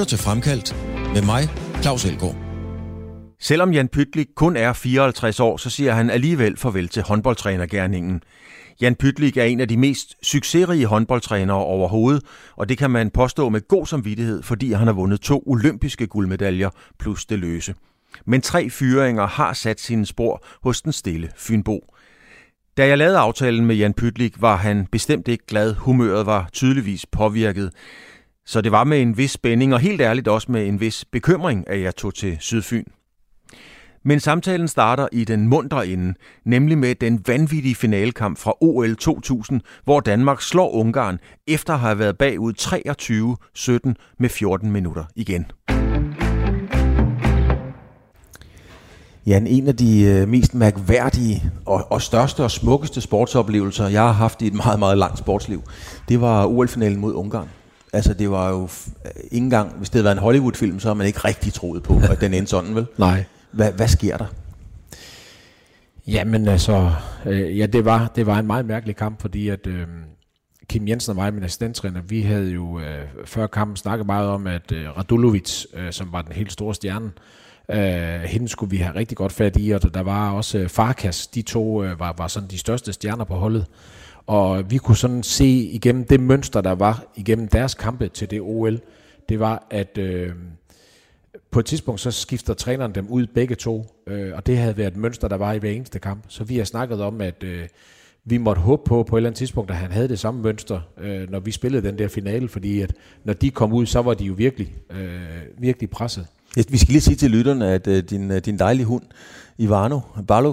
til Fremkaldt med mig, Claus Elgaard. Selvom Jan Pytlik kun er 54 år, så siger han alligevel farvel til håndboldtrænergerningen. Jan Pytlik er en af de mest succesrige håndboldtrænere overhovedet, og det kan man påstå med god samvittighed, fordi han har vundet 2 olympiske guldmedaljer plus det løse. Men 3 fyringer har sat sine spor hos den stille Fynbo. Da jeg lavede aftalen med Jan Pytlik, var han bestemt ikke glad. Humøret var tydeligvis påvirket. Så det var med en vis spænding, og helt ærligt også med en vis bekymring, at jeg tog til Sydfyn. Men samtalen starter i den muntre ende, nemlig med den vanvittige finalekamp fra OL 2000, hvor Danmark slår Ungarn efter at have været bagud 23-17 med 14 minutter igen. Jan, en af de mest mærkværdige og største og smukkeste sportsoplevelser, jeg har haft i et meget, meget langt sportsliv, det var OL-finalen mod Ungarn. Altså det var jo ikke engang, hvis det havde været en Hollywood-film, så har man ikke rigtig troet på, at den endte sådan, vel? Nej. Hvad sker der? Jamen altså, det var en meget mærkelig kamp, fordi at Kim Jensen og mig, min assistenttræner, vi havde jo før kampen snakket meget om, at Radulovic, som var den helt store stjerne, hende skulle vi have rigtig godt fat i, og der var også Farkas, de to var sådan de største stjerner på holdet. Og vi kunne sådan se igennem det mønster, der var igennem deres kampe til det OL, det var, at på et tidspunkt så skifter træneren dem ud begge to, og det havde været et mønster, der var i hver eneste kamp. Så vi har snakket om, at vi måtte håbe på et eller andet tidspunkt, at han havde det samme mønster, når vi spillede den der finale, fordi at når de kom ud, så var de jo virkelig presset. Vi skal lige sige til lytterne, at din dejlige hund, Ivano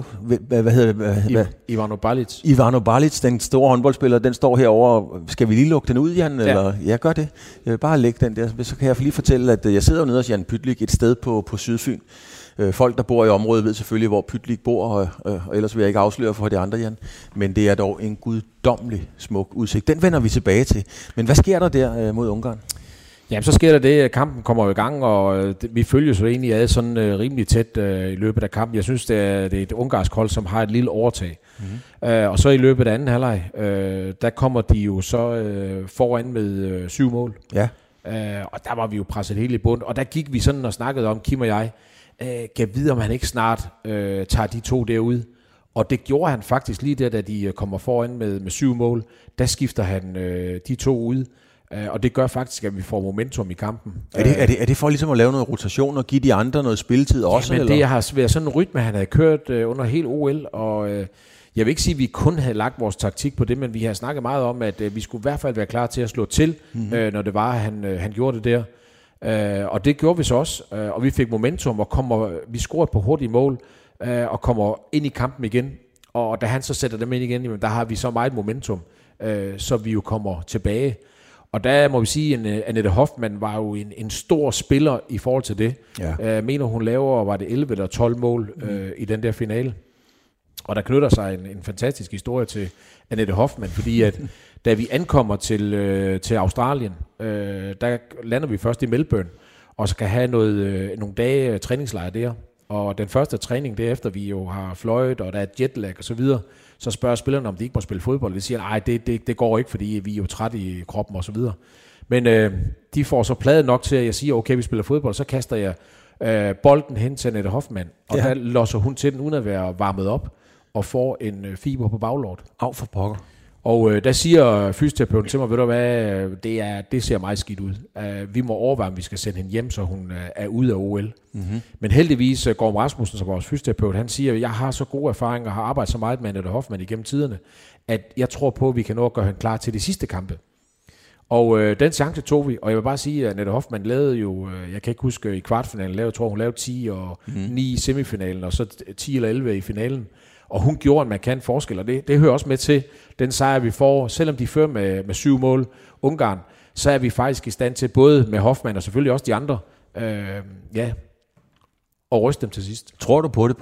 Balic, den store håndboldspiller, den står herovre. Skal vi lige lukke den ud, Jan? Ja. Eller? Jeg gør det. Jeg vil bare lægge den der. Så kan jeg lige fortælle, at jeg sidder nede hos Jan Pytlik et sted på Sydfyn. Folk, der bor i området, ved selvfølgelig, hvor Pytlik bor, og ellers vil jeg ikke afsløre for de andre, Jan. Men det er dog en guddommelig smuk udsigt. Den vender vi tilbage til. Men hvad sker der mod Ungarn? Jamen, så sker der det, at kampen kommer jo i gang, og vi følger så egentlig ad sådan rimelig tæt i løbet af kampen. Jeg synes, det er et ungarsk hold, som har et lille overtag. Mm-hmm. Og så i løbet af anden halvleg, der kommer de jo så foran med 7 mål. Ja. Og der var vi jo presset helt i bund, og der gik vi sådan og snakkede om, Kim og jeg, kan vide, om han ikke snart tager de 2 derud. Og det gjorde han faktisk lige der, da de kommer foran med 7 mål. Der skifter han de 2 ud. Og det gør faktisk, at vi får momentum i kampen. Er det for ligesom at lave noget rotation og give de andre noget spilletid også? Men eller? det har været sådan en rytme, han havde kørt under hele OL, og jeg vil ikke sige, at vi kun havde lagt vores taktik på det, men vi har snakket meget om, at vi skulle i hvert fald være klar til at slå til, når det var, han gjorde det der. Og det gjorde vi så også, og vi fik momentum, og vi scorede på hurtige mål, og kommer ind i kampen igen. Og da han så sætter dem ind igen, jamen, der har vi så meget momentum, så vi jo kommer tilbage. Og der må vi sige, at Annette Hoffmann var jo en stor spiller i forhold til det. Ja. Jeg mener, hun laver, var det 11 eller 12 mål i den der finale. Og der knytter sig en fantastisk historie til Annette Hoffmann, fordi at da vi ankommer til Australien, der lander vi først i Melbourne, og så kan have nogle dage træningslejr der. Og den første træning derefter, vi jo har fløjet, og der er jetlag og så videre, så spørger spillerne, om de ikke må spille fodbold. De siger, nej, det går ikke, fordi vi er jo trætte i kroppen og så videre. Men de får så plade nok til, at jeg siger, okay, vi spiller fodbold, så kaster jeg bolden hen til Annette Hoffmann, og der losser hun til den, uden at være varmet op, og får en fiber på baglåret. Af for pokker. Og der siger fysioterapeuten til mig, ved du hvad, det ser meget skidt ud. Vi må overveje, om vi skal sende hende hjem, så hun er ude af OL. Mm-hmm. Men heldigvis Gorm Rasmussen, som vores fysioterapeut, han siger, at jeg har så gode erfaringer og har arbejdet så meget med Annette Hoffmann igennem tiderne, at jeg tror på, at vi kan nå at gøre hende klar til de sidste kampe. Og den chance tog vi, og jeg vil bare sige, at Annette Hoffmann lavede jo, jeg kan ikke huske i kvartfinalen, jeg tror hun lavede 10 og 9 i semifinalen, og så 10 eller 11 i finalen. Og hun gjorde en markant forskel, og det hører også med til den sejr, vi får. Selvom de fører med 7 mål Ungarn, så er vi faktisk i stand til, både med Hoffmann og selvfølgelig også de andre, og ryste dem til sidst. Tror du på det?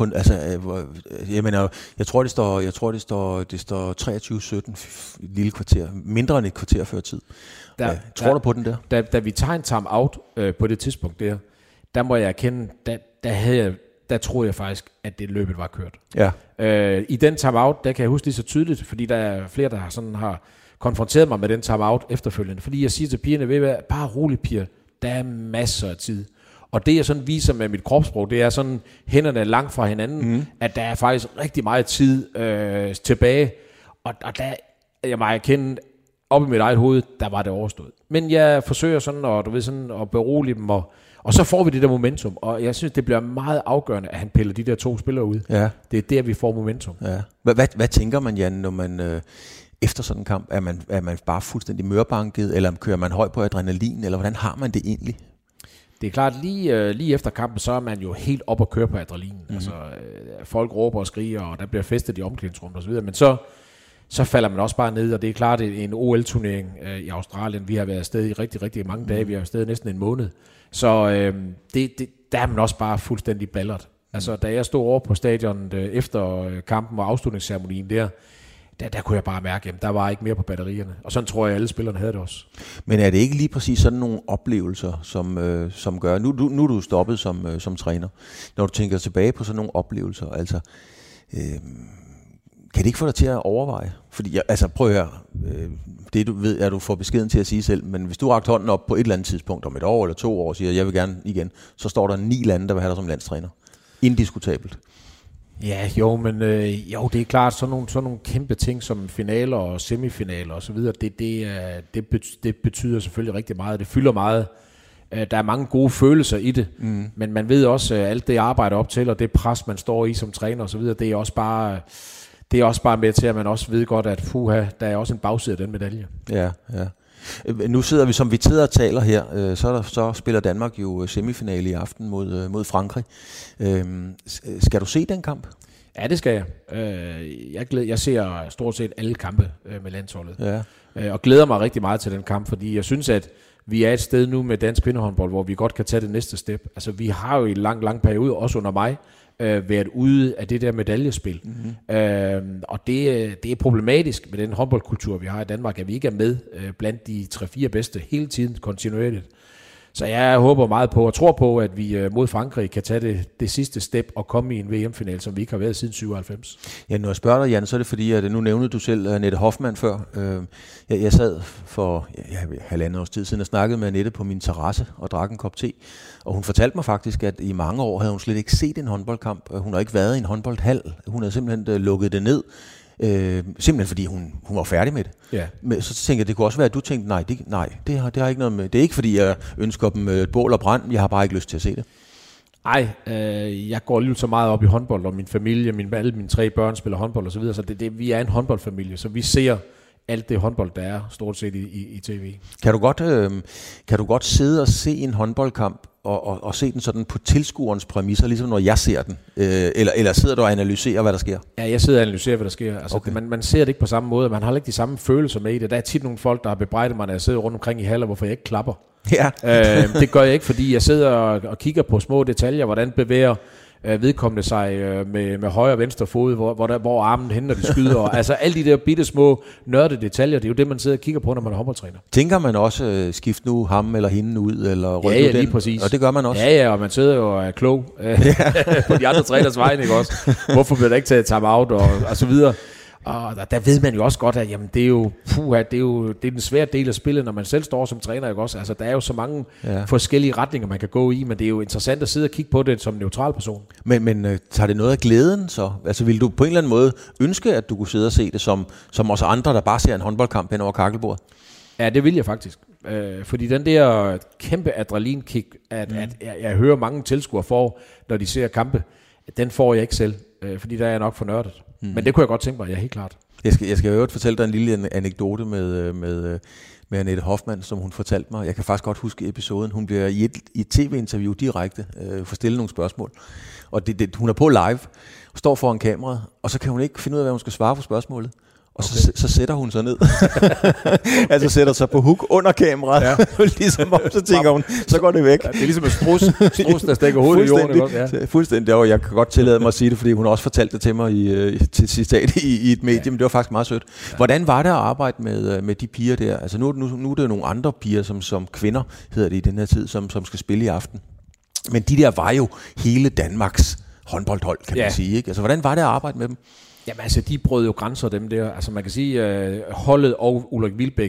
Jeg tror, det står 23-17 et lille kvarter. Mindre end et kvarter før tid. Tror du på den der? Da vi tager en time-out på det tidspunkt der må jeg erkende, der troede jeg faktisk, at det løbet var kørt. Ja. I den time-out, der kan jeg huske lige så tydeligt, fordi der er flere, der har konfronteret mig med den time-out efterfølgende. Fordi jeg siger til pigerne, bare rolig piger, Der er masser af tid. Og det, jeg sådan viser med mit kropssprog, det er sådan, hænderne er langt fra hinanden, at der er faktisk rigtig meget tid tilbage. Og der, jeg må erkende, op i mit eget hoved, der var det overstået. Men jeg forsøger sådan, at berolige dem, og så får vi det der momentum. Og jeg synes, det bliver meget afgørende, at han piller de der 2 spillere ud. Ja. Det er der, vi får momentum. Ja. Hvad tænker man, Jan, når man efter sådan en kamp, er man bare fuldstændig mørbanket, eller kører man højt på adrenalin, eller hvordan har man det egentlig? Det er klart, lige efter kampen, så er man jo helt op at køre på adrenalin. Altså, folk råber og skriger, og der bliver festet i omklædningsrummet osv., men så falder man også bare ned, og det er klart en OL-turnering i Australien. Vi har været afsted i rigtig, rigtig mange dage. Vi har været afsted næsten en måned. Så der er man også bare fuldstændig ballert. Altså, da jeg stod over på stadion efter kampen og afslutningsceremonien der kunne jeg bare mærke, at der var ikke mere på batterierne. Og sådan tror jeg, at alle spillerne havde det også. Men er det ikke lige præcis sådan nogle oplevelser, som gør... Nu er du stoppet som træner. Når du tænker tilbage på sådan nogle oplevelser, altså... Kan det ikke få dig til at overveje? Fordi, prøv at høre, det du ved, er du får beskeden til at sige selv, men hvis du har rakt hånden op på et eller andet tidspunkt, om 1 år eller 2 år, og siger, jeg vil gerne igen, så står der 9 lande, der vil have dig som landstræner. Indiskutabelt. Ja, jo, men det er klart, sådan nogle kæmpe ting som finaler og semifinaler og så videre, det betyder selvfølgelig rigtig meget. Det fylder meget. Der er mange gode følelser i det, men man ved også, at alt det arbejder op til, og det pres, man står i som træner og så videre, det er også bare med til, at man også ved godt, at der er også en bagside af den medalje. Ja. Nu sidder vi, som vi sidder og taler her, så spiller Danmark jo semifinale i aften mod Frankrig. Skal du se den kamp? Ja, det skal jeg. Jeg ser stort set alle kampe med landsholdet. Ja. Og glæder mig rigtig meget til den kamp, fordi jeg synes, at vi er et sted nu med dansk kvindehåndbold, hvor vi godt kan tage det næste step. Altså, vi har jo i en lang periode, også under mig, været ude af det der medaljespil. Og det er problematisk med den håndboldkultur, vi har i Danmark, at vi ikke er med blandt de 3-4 bedste hele tiden kontinuerligt. Så jeg håber meget på og tror på, at vi mod Frankrig kan tage det sidste step og komme i en VM-final, som vi ikke har været siden 97. Ja, når jeg spørger dig, Jan, så er det fordi, at nu nævnede du selv Annette Hoffmann før. Jeg sad for 1,5 års tid siden og snakkede med Annette på min terrasse og drak en kop te. Og hun fortalte mig faktisk, at i mange år havde hun slet ikke set en håndboldkamp. Hun har ikke været i en håndboldhal. Hun havde simpelthen lukket det ned. Simpelthen fordi hun var færdig med det. Ja. Men så tænkte jeg, det kunne også være, at du tænkte, det har ikke noget med. Det er ikke fordi, jeg ønsker dem et bål og brand. Jeg har bare ikke lyst til at se det. Nej, jeg går lige så meget op i håndbold, og min familie, alle mine 3 børn spiller håndbold og så videre, så vi er en håndboldfamilie, så vi ser alt det håndbold, der er stort set i tv. Kan du godt sidde og se en håndboldkamp og se den sådan på tilskuerens præmisser, ligesom når jeg ser den? Eller sidder du og analyserer, hvad der sker? Ja, jeg sidder og analyserer, hvad der sker. Altså, okay. Man ser det ikke på samme måde. Man har ikke de samme følelser med i det. Der er tit nogle folk, der har bebrejdet mig, når jeg sidder rundt omkring i haller, hvorfor jeg ikke klapper. Ja. Det gør jeg ikke, fordi jeg sidder og kigger på små detaljer, hvordan bevæger vedkommende sig med højre og venstre fod, hvor armen hen, når de skyder. Altså alle de der bitte små nørdede detaljer, det er jo det, man sidder og kigger på, når man er håndboldtræner. Tænker man også, skift nu ham eller hende ud, eller rykke den? Ja, lige præcis. Og det gør man også? Ja, og man sidder jo og er klog på de andre træners vegne, ikke også? Hvorfor bliver der ikke taget time-out og så videre? Og der ved man jo også godt, at jamen, det er den svære del af spillet, når man selv står som træner, ikke også? Altså, der er jo så mange forskellige retninger, man kan gå i, men det er jo interessant at sidde og kigge på det som neutral person. Men tager det noget af glæden så? Altså, vil du på en eller anden måde ønske, at du kunne sidde og se det som os andre, der bare ser en håndboldkamp hen over kakkelbordet? Ja, det vil jeg faktisk. Fordi den der kæmpe adrenalinkick, at jeg hører mange tilskuere får, når de ser kampe, den får jeg ikke selv, fordi der er jeg nok for nørdet. Men det kunne jeg godt tænke mig, ja, helt klart. Jeg skal jo fortælle dig en lille anekdote med Annette Hoffmann, som hun fortalte mig. Jeg kan faktisk godt huske episoden. Hun bliver i et tv-interview direkte for stille nogle spørgsmål. Og hun er på live og står foran kameraet, og så kan hun ikke finde ud af, hvad hun skal svare på spørgsmålet. Og så sætter hun sig ned. Altså sætter sig på hook under kameraet. Ja. Ligesom om, så tænker hun, så går det væk. Ja, det er ligesom en strus, der stikker hovedet i jorden. Ja. Fuldstændig. Og jeg kan godt tillade mig at sige det, fordi hun også fortalte det til mig til citat i et medie, men det var faktisk meget sødt. Ja. Hvordan var det at arbejde med de piger der? Altså nu er det nogle andre piger, som kvinder hedder det i den her tid, som skal spille i aften. Men de der var jo hele Danmarks håndboldhold, kan man sige. Ikke? Altså hvordan var det at arbejde med dem? Jamen altså, de brød jo grænser, dem der. Altså man kan sige, holdet og Ulrik Wilbæk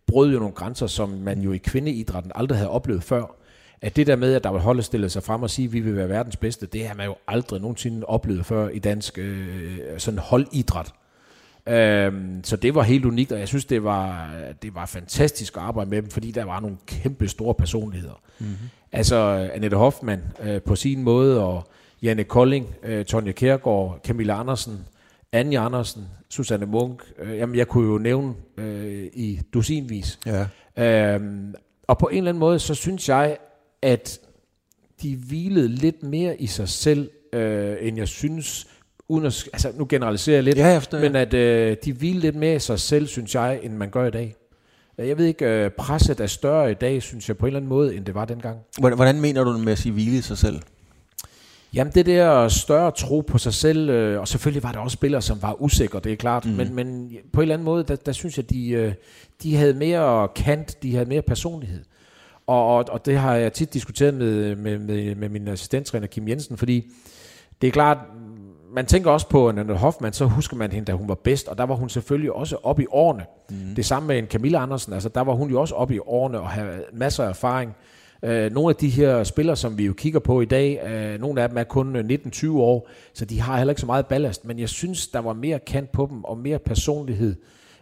brød jo nogle grænser, som man jo i kvindeidrætten aldrig havde oplevet før. At det der med, at der var holdet stillet sig frem og sige, at vi vil være verdens bedste, det har man jo aldrig nogensinde oplevet før i dansk sådan holdidræt. Så det var helt unikt, og jeg synes, det var fantastisk at arbejde med dem, fordi der var nogle kæmpe store personligheder. Mm-hmm. Altså Annette Hoffmann på sin måde, og Janne Kolding, Tonje Kjærgaard, Camilla Andersen, Anja Andersen, Susanne Munk. Jamen, jeg kunne jo nævne i dusinvis. Ja. Og på en eller anden måde, så synes jeg, at de hvilede lidt mere i sig selv, end jeg synes, uden at, altså nu generaliserer jeg lidt, men at de hvilede lidt mere i sig selv, synes jeg, end man gør i dag. Jeg ved ikke, presset er større i dag, synes jeg, på en eller anden måde, end det var dengang. Hvordan mener du med at sige hvile i sig selv? Jamen det der større tro på sig selv, og selvfølgelig var der også spillere, som var usikre, det er klart, men på en eller anden måde, der synes jeg, de havde mere kant, de havde mere personlighed. Og det har jeg tit diskuteret med min assistenttræner Kim Jensen, fordi det er klart, man tænker også på Annette Hoffmann, så husker man hende, da hun var bedst, og der var hun selvfølgelig også oppe i årene. Det samme med en Camilla Andersen, altså der var hun jo også oppe i årene og havde masser af erfaring. Nogle af de her spillere, som vi jo kigger på i dag, nogle af dem er kun 19-20 år, så de har heller ikke så meget ballast, men jeg synes, der var mere kant på dem og mere personlighed,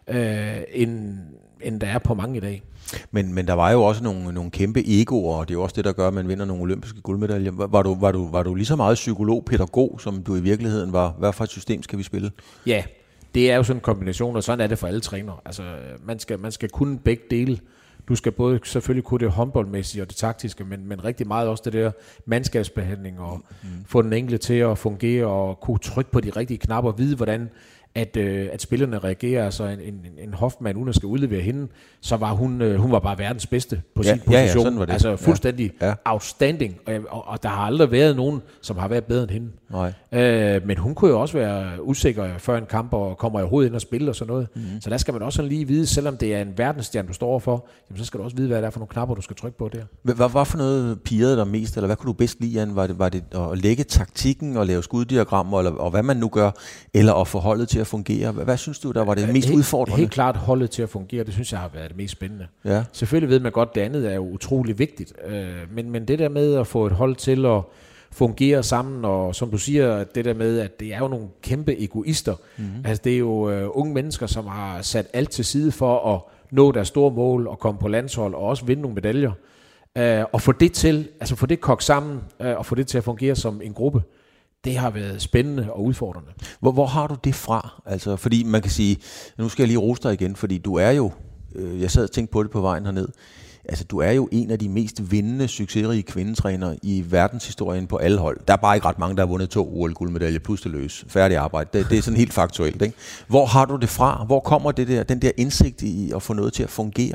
end der er på mange i dag. Men der var jo også nogle kæmpe egoer, og det er jo også det, der gør, at man vinder nogle olympiske guldmedaljer. Var du lige så meget psykolog, pædagog, som du i virkeligheden var? Hvad for et system skal vi spille? Ja, det er jo sådan en kombination, og sådan er det for alle trænere. Altså, man skal kunne begge dele. Du skal både selvfølgelig kunne det håndboldmæssige og det taktiske, men rigtig meget også det der mandskabsbehandling og få den enkelte til at fungere og kunne trykke på de rigtige knapper og vide, hvordan at spillerne reagerer. Altså en Hoffmann, uden at skal udlevere hende, så var hun var bare verdens bedste på sin position. Ja, sådan var det. Altså fuldstændig outstanding. Og der har aldrig været nogen, som har været bedre end hende. Nej. Men hun kunne jo også være usikker før en kamp og kommer i hovedet ind og spille og sådan noget. Så der skal man også lige vide, selvom det er en verdensstjerne, du står overfor, jamen, så skal du også vide, hvad det er for nogle knapper, du skal trykke på der. Hvad for noget pirrede dig mest, eller hvad kunne du bedst lide, Jan? Var det at lægge taktikken og lave skuddiagrammer, og hvad man nu gør, eller at få holdet til at fungere? Hvad synes du, der var det mest udfordrende? Helt klart holdet til at fungere, det synes jeg har været det mest spændende. Ja. Selvfølgelig ved man godt, det andet er jo utrolig vigtigt, men det der med at få et hold til at fungere sammen, og som du siger, det der med, at det er jo nogle kæmpe egoister. Altså det er jo unge mennesker, som har sat alt til side for at nå deres store mål og komme på landshold og også vinde nogle medaljer. Og få det til, altså få det kogt sammen og få det til at fungere som en gruppe. Det har været spændende og udfordrende. Hvor har du det fra? Altså, fordi man kan sige, nu skal jeg lige rose dig igen, fordi du er jo, jeg sad og tænkte på det på vejen herned, altså du er jo en af de mest vindende, succesrige kvindetrænere i verdenshistorien på alle hold. Der er bare ikke ret mange, der har vundet 2 OL-guldmedaljer plus det løs. Færdig arbejde. Det er sådan helt faktuelt, ikke? Hvor har du det fra? Hvor kommer den der indsigt i at få noget til at fungere?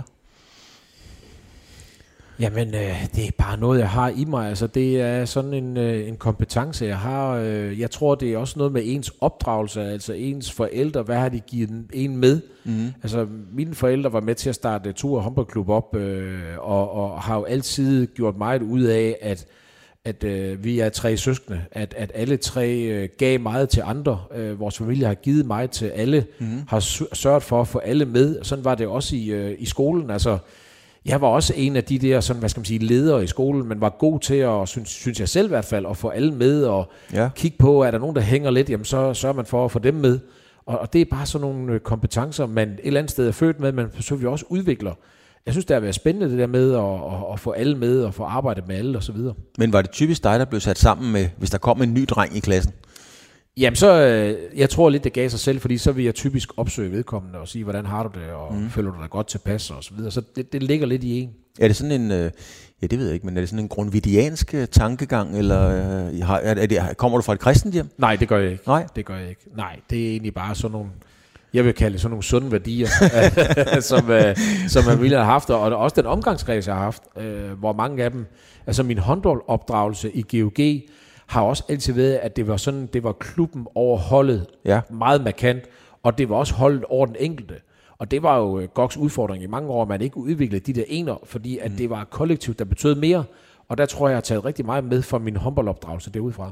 Jamen, det er bare noget, jeg har i mig. Altså, det er sådan en kompetence, jeg har. Jeg tror, det er også noget med ens opdragelse, altså ens forældre. Hvad har de givet en med? Altså, mine forældre var med til at starte Thor håndboldklub op, og har jo altid gjort meget ud af, at vi er 3 søskende, at alle 3 gav meget til andre. Vores familie har givet meget til alle, har sørget for at få alle med. Sådan var det også i skolen. Altså, jeg var også en af de der, sådan, hvad skal man sige, ledere i skolen, men var god til at, synes jeg selv i hvert fald, at få alle med og kigge på, er der nogen, der hænger lidt, jamen så sørger man for at få dem med. Og det er bare sådan nogle kompetencer, man et eller andet sted er født med, men så vi også udvikler. Jeg synes, det har været spændende det der med at få alle med og få arbejdet med alle og så videre. Men var det typisk dig, der blev sat sammen med, hvis der kom en ny dreng i klassen? Jamen så, jeg tror lidt, det gav sig selv, fordi så vil jeg typisk opsøge vedkommende og sige, hvordan har du det, og føler du dig godt tilpas og så videre. Så det ligger lidt i en. Er det sådan en, ja det ved jeg ikke, men er det sådan en grundvidiansk tankegang, eller kommer du fra et kristent hjem? Nej, det gør jeg ikke. Nej, det gør jeg ikke. Nej, det er egentlig bare sådan nogle, jeg vil kalde det sådan nogle sunde værdier, som man ville have haft, og også den omgangskreds, jeg har haft, hvor mange af dem, altså min håndboldopdragelse i GOG, har også altid været, at det var sådan, det var klubben over holdet, meget markant, og det var også holdet over den enkelte. Og det var jo GOGs udfordring i mange år, at man ikke udviklede de der ener, fordi at det var kollektivt, der betød mere, Og der tror jeg har taget rigtig meget med fra min håndboldopdragelse derudfra.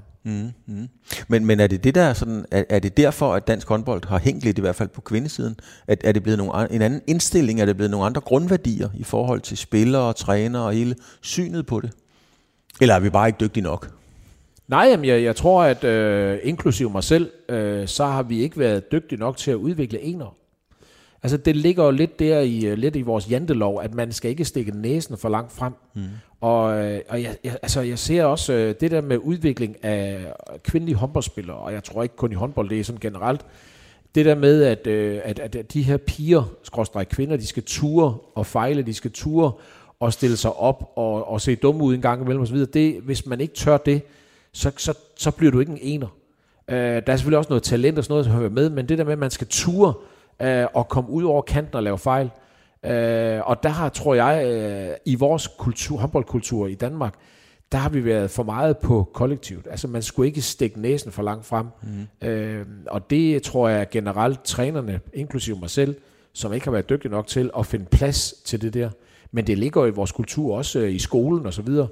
Men er det det der sådan, er det derfor, at dansk håndbold har hængt lidt, i hvert fald på kvindesiden? Er det blevet en anden indstilling? Er det blevet nogle andre grundværdier i forhold til spillere, trænere og hele synet på det? Eller er vi bare ikke dygtige nok? Nej, jamen jeg tror, at inklusive mig selv, så har vi ikke været dygtige nok til at udvikle ener. Altså det ligger jo lidt der lidt i vores jantelov, at man skal ikke stikke næsen for langt frem. Og jeg ser også det der med udvikling af kvindelige håndboldspillere, og jeg tror ikke kun i håndbold, det er sådan generelt. Det der med, at de her piger-kvinder, de skal ture og fejle, de skal ture og stille sig op og se dumme ud en gang imellem osv. Det, hvis man ikke tør det, så bliver du ikke en ener. Der er selvfølgelig også noget talent og sådan noget, der hører med, men det der med, at man skal ture og komme ud over kanten og lave fejl. Og der har, tror jeg, i vores håndboldkultur i Danmark, der har vi været for meget på kollektivt. Altså man skulle ikke stikke næsen for langt frem. Og det tror jeg generelt trænerne, inklusive mig selv, som ikke har været dygtige nok til at finde plads til det der. Men det ligger i vores kultur også i skolen og så videre.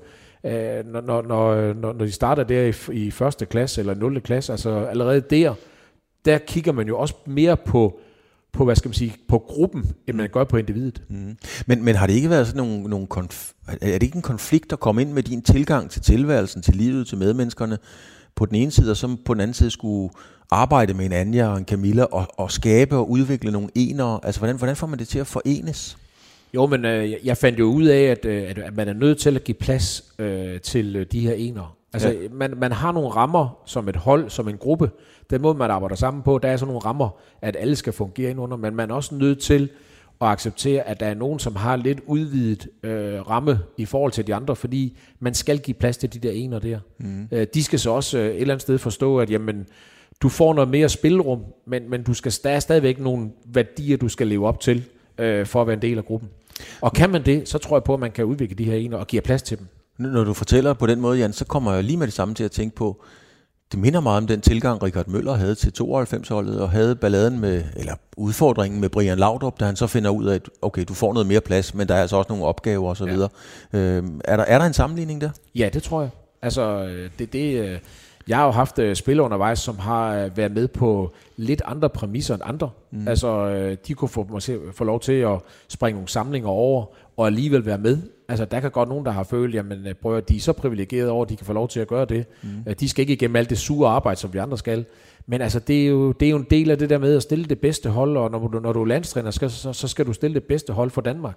Når de starter der i første klasse eller 0. klasse, altså allerede der kigger man jo også mere på hvad skal man sige, på gruppen, end man gør på individet. Men har det ikke været sådan nogle er det ikke en konflikt at komme ind med din tilgang til tilværelsen, til livet, til medmenneskerne på den ene side, og så på den anden side skulle arbejde med en Anja og en Camilla og skabe og udvikle nogle enere? Altså hvordan får man det til at forenes? Jo, men jeg fandt jo ud af, at man er nødt til at give plads til de her enere. Altså, man har nogle rammer som et hold, som en gruppe. Den måde, man arbejder sammen på, der er sådan nogle rammer, at alle skal fungere indunder, men man er også nødt til at acceptere, at der er nogen, som har lidt udvidet ramme i forhold til de andre, fordi man skal give plads til de der enere der. De skal så også et eller andet sted forstå, at jamen, du får noget mere spillerum, men der er stadigvæk nogle værdier, du skal leve op til, for at være en del af gruppen. Og kan man det, så tror jeg på, at man kan udvikle de her enere og give plads til dem. Når du fortæller på den måde, Jan, så kommer jeg lige med det samme til at tænke på, det minder meget om den tilgang, Richard Møller havde til 92-holdet, og havde balladen eller udfordringen med Brian Laudrup, da han så finder ud af, at okay, du får noget mere plads, men der er altså også nogle opgaver og så videre. Er der en sammenligning der? Ja, det tror jeg. Altså, jeg har jo haft spillere undervejs, som har været med på lidt andre præmisser end andre. Altså, de kunne få lov til at springe nogle samlinger over, og alligevel være med. Altså, der kan godt nogen, der har følt, jamen, prøv at de er så privilegerede over, at de kan få lov til at gøre det. De skal ikke igennem alt det sure arbejde, som vi andre skal. Men altså, det er jo en del af det der med at stille det bedste hold, og når du er landstræner, så skal du stille det bedste hold for Danmark.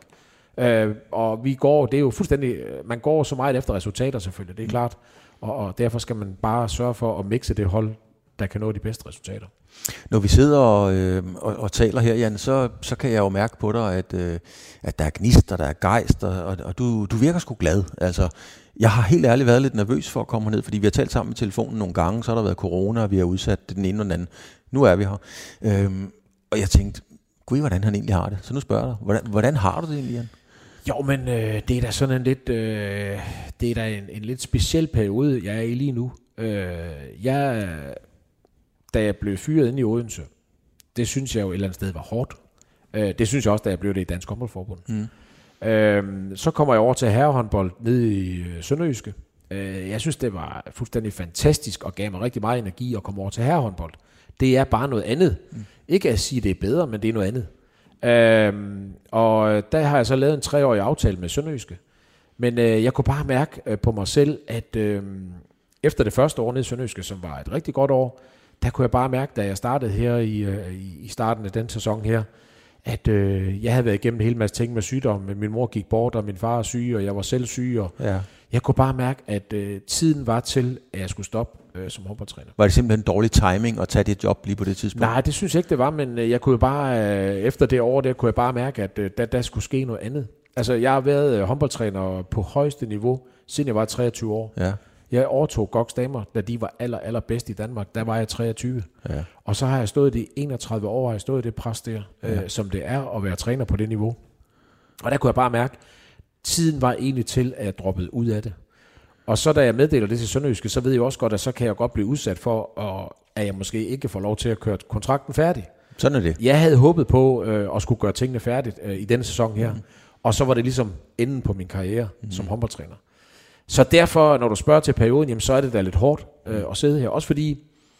Og det er jo fuldstændig, man går så meget efter resultater selvfølgelig, det er klart. Og derfor skal man bare sørge for at mixe det hold, der kan nå de bedste resultater. Når vi sidder og taler her, Jan, så kan jeg jo mærke på dig, at der er gnist, og der er gejst, og du virker sgu glad. Altså, jeg har helt ærligt været lidt nervøs for at komme herned, fordi vi har talt sammen med telefonen nogle gange, så har der været corona, og vi har udsat den ene og den anden. Nu er vi her. Og jeg tænkte, gud, hvordan han egentlig har det. Så nu spørger jeg dig, hvordan har du det egentlig, Jan? Jo, men det er da sådan det er da en lidt speciel periode, jeg er i lige nu. Da jeg blev fyret inde i Odense, det synes jeg jo et eller andet sted var hårdt. Det synes jeg også, da jeg blev det i Dansk Håndboldforbund. Så kommer jeg over til herrehåndbold nede i Sønderjyske. Jeg synes, det var fuldstændig fantastisk og gav mig rigtig meget energi at komme over til herrehåndbold. Det er bare noget andet. Ikke at sige, det er bedre, men det er noget andet. Og der har jeg så lavet en 3-årig aftale med Sønderjyske. Men jeg kunne bare mærke på mig selv, at efter det første år nede i Sønderjyske, som var et rigtig godt år, der kunne jeg bare mærke, da jeg startede her i starten af den sæson her, at jeg havde været igennem en hel masse ting med sygdom. Min mor gik bort, og min far er syg, og jeg var selv syg. Og jeg kunne bare mærke, at tiden var til, at jeg skulle stoppe som håndboldtræner. Var det simpelthen dårlig timing at tage det job lige på det tidspunkt? Nej, det synes jeg ikke, det var, men jeg kunne bare, efter det år der, kunne jeg bare mærke, at der skulle ske noget andet. Altså, jeg har været håndboldtræner på højeste niveau, siden jeg var 23 år. Ja. Jeg overtog GOGs damer, da de var allerbedst i Danmark. Der var jeg 23. Ja. Og så har jeg stået i 31 år, har jeg stået i det pres der, som det er at være træner på det niveau. Og der kunne jeg bare mærke, at tiden var egentlig til, at jeg droppede ud af det. Og så da jeg meddeler det til Sønderjyske, så ved jeg også godt, at så kan jeg godt blive udsat for, at jeg måske ikke får lov til at køre kontrakten færdig. Sådan er det. Jeg havde håbet på at skulle gøre tingene færdigt i denne sæson her. Og så var det ligesom enden på min karriere som håndboldtræner. Så derfor, når du spørger til perioden, jamen, så er det da lidt hårdt at sidde her. Også fordi,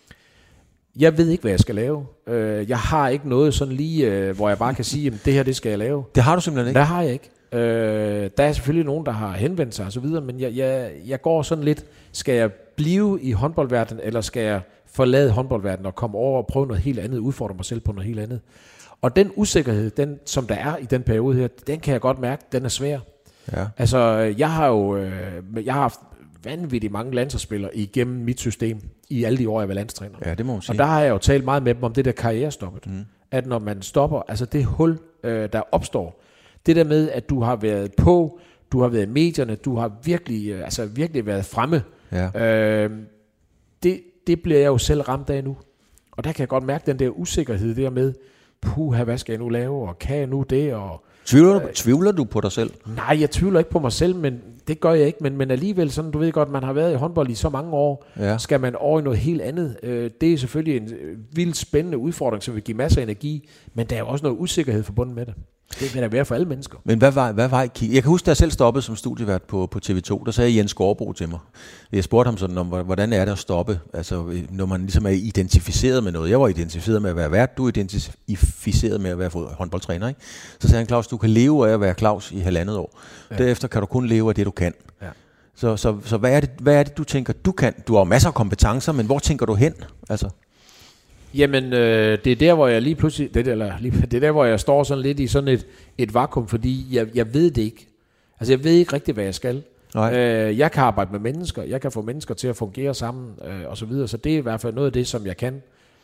jeg ved ikke, hvad jeg skal lave. Jeg har ikke noget sådan lige, hvor jeg bare kan sige, jamen, det her, det skal jeg lave. Det har du simpelthen ikke? Det har jeg ikke. Der er selvfølgelig nogen, der har henvendt sig og så videre, men jeg går sådan lidt, skal jeg blive i håndboldverdenen, eller skal jeg forlade håndboldverdenen og komme over og prøve noget helt andet, udfordre mig selv på noget helt andet. Og den usikkerhed, den, som der er i den periode her, den kan jeg godt mærke, den er svær. Ja. Altså, jeg har haft vanvittigt mange landsholdsspillere igennem mit system i alle de år, jeg var landstræner. Ja, det må man sige. Og der har jeg jo talt meget med dem om det der karrierestoppet. At når man stopper, altså det hul, der opstår, det der med, at du har været på, du har været i medierne, du har virkelig været fremme. Ja. Det bliver jeg jo selv ramt af nu. Og der kan jeg godt mærke den der usikkerhed der med, puha, hvad skal jeg nu lave, og kan jeg nu det, og... Tvivler du på dig selv? Nej, jeg tvivler ikke på mig selv, men det gør jeg ikke. Men alligevel, sådan, du ved godt, man har været i håndbold i så mange år, skal man over i noget helt andet. Det er selvfølgelig en vildt spændende udfordring, som vil give masser af energi, men der er jo også noget usikkerhed forbundet med det. Det vil der være for alle mennesker. Men hvad var jeg kan huske, da jeg selv stoppede som studievært på TV2, der sagde Jens Skovbro til mig. Jeg spurgte ham sådan om, hvordan er det at stoppe, altså når man ligesom er identificeret med noget. Jeg var identificeret med at være vært, du er identificeret med at være håndboldtræner, ikke? Så sagde han, Claus, du kan leve af at være Claus i 1,5 år. Ja. Derefter kan du kun leve af det, du kan. Ja. Så hvad er det, du tænker, du kan? Du har masser af kompetencer, men hvor tænker du hen? Altså... Jamen, det er der, hvor jeg lige pludselig... Det er der, hvor jeg står sådan lidt i sådan et vakuum, fordi jeg ved det ikke. Altså, jeg ved ikke rigtigt, hvad jeg skal. Jeg kan arbejde med mennesker, jeg kan få mennesker til at fungere sammen, og så videre. Så det er i hvert fald noget af det, som jeg kan.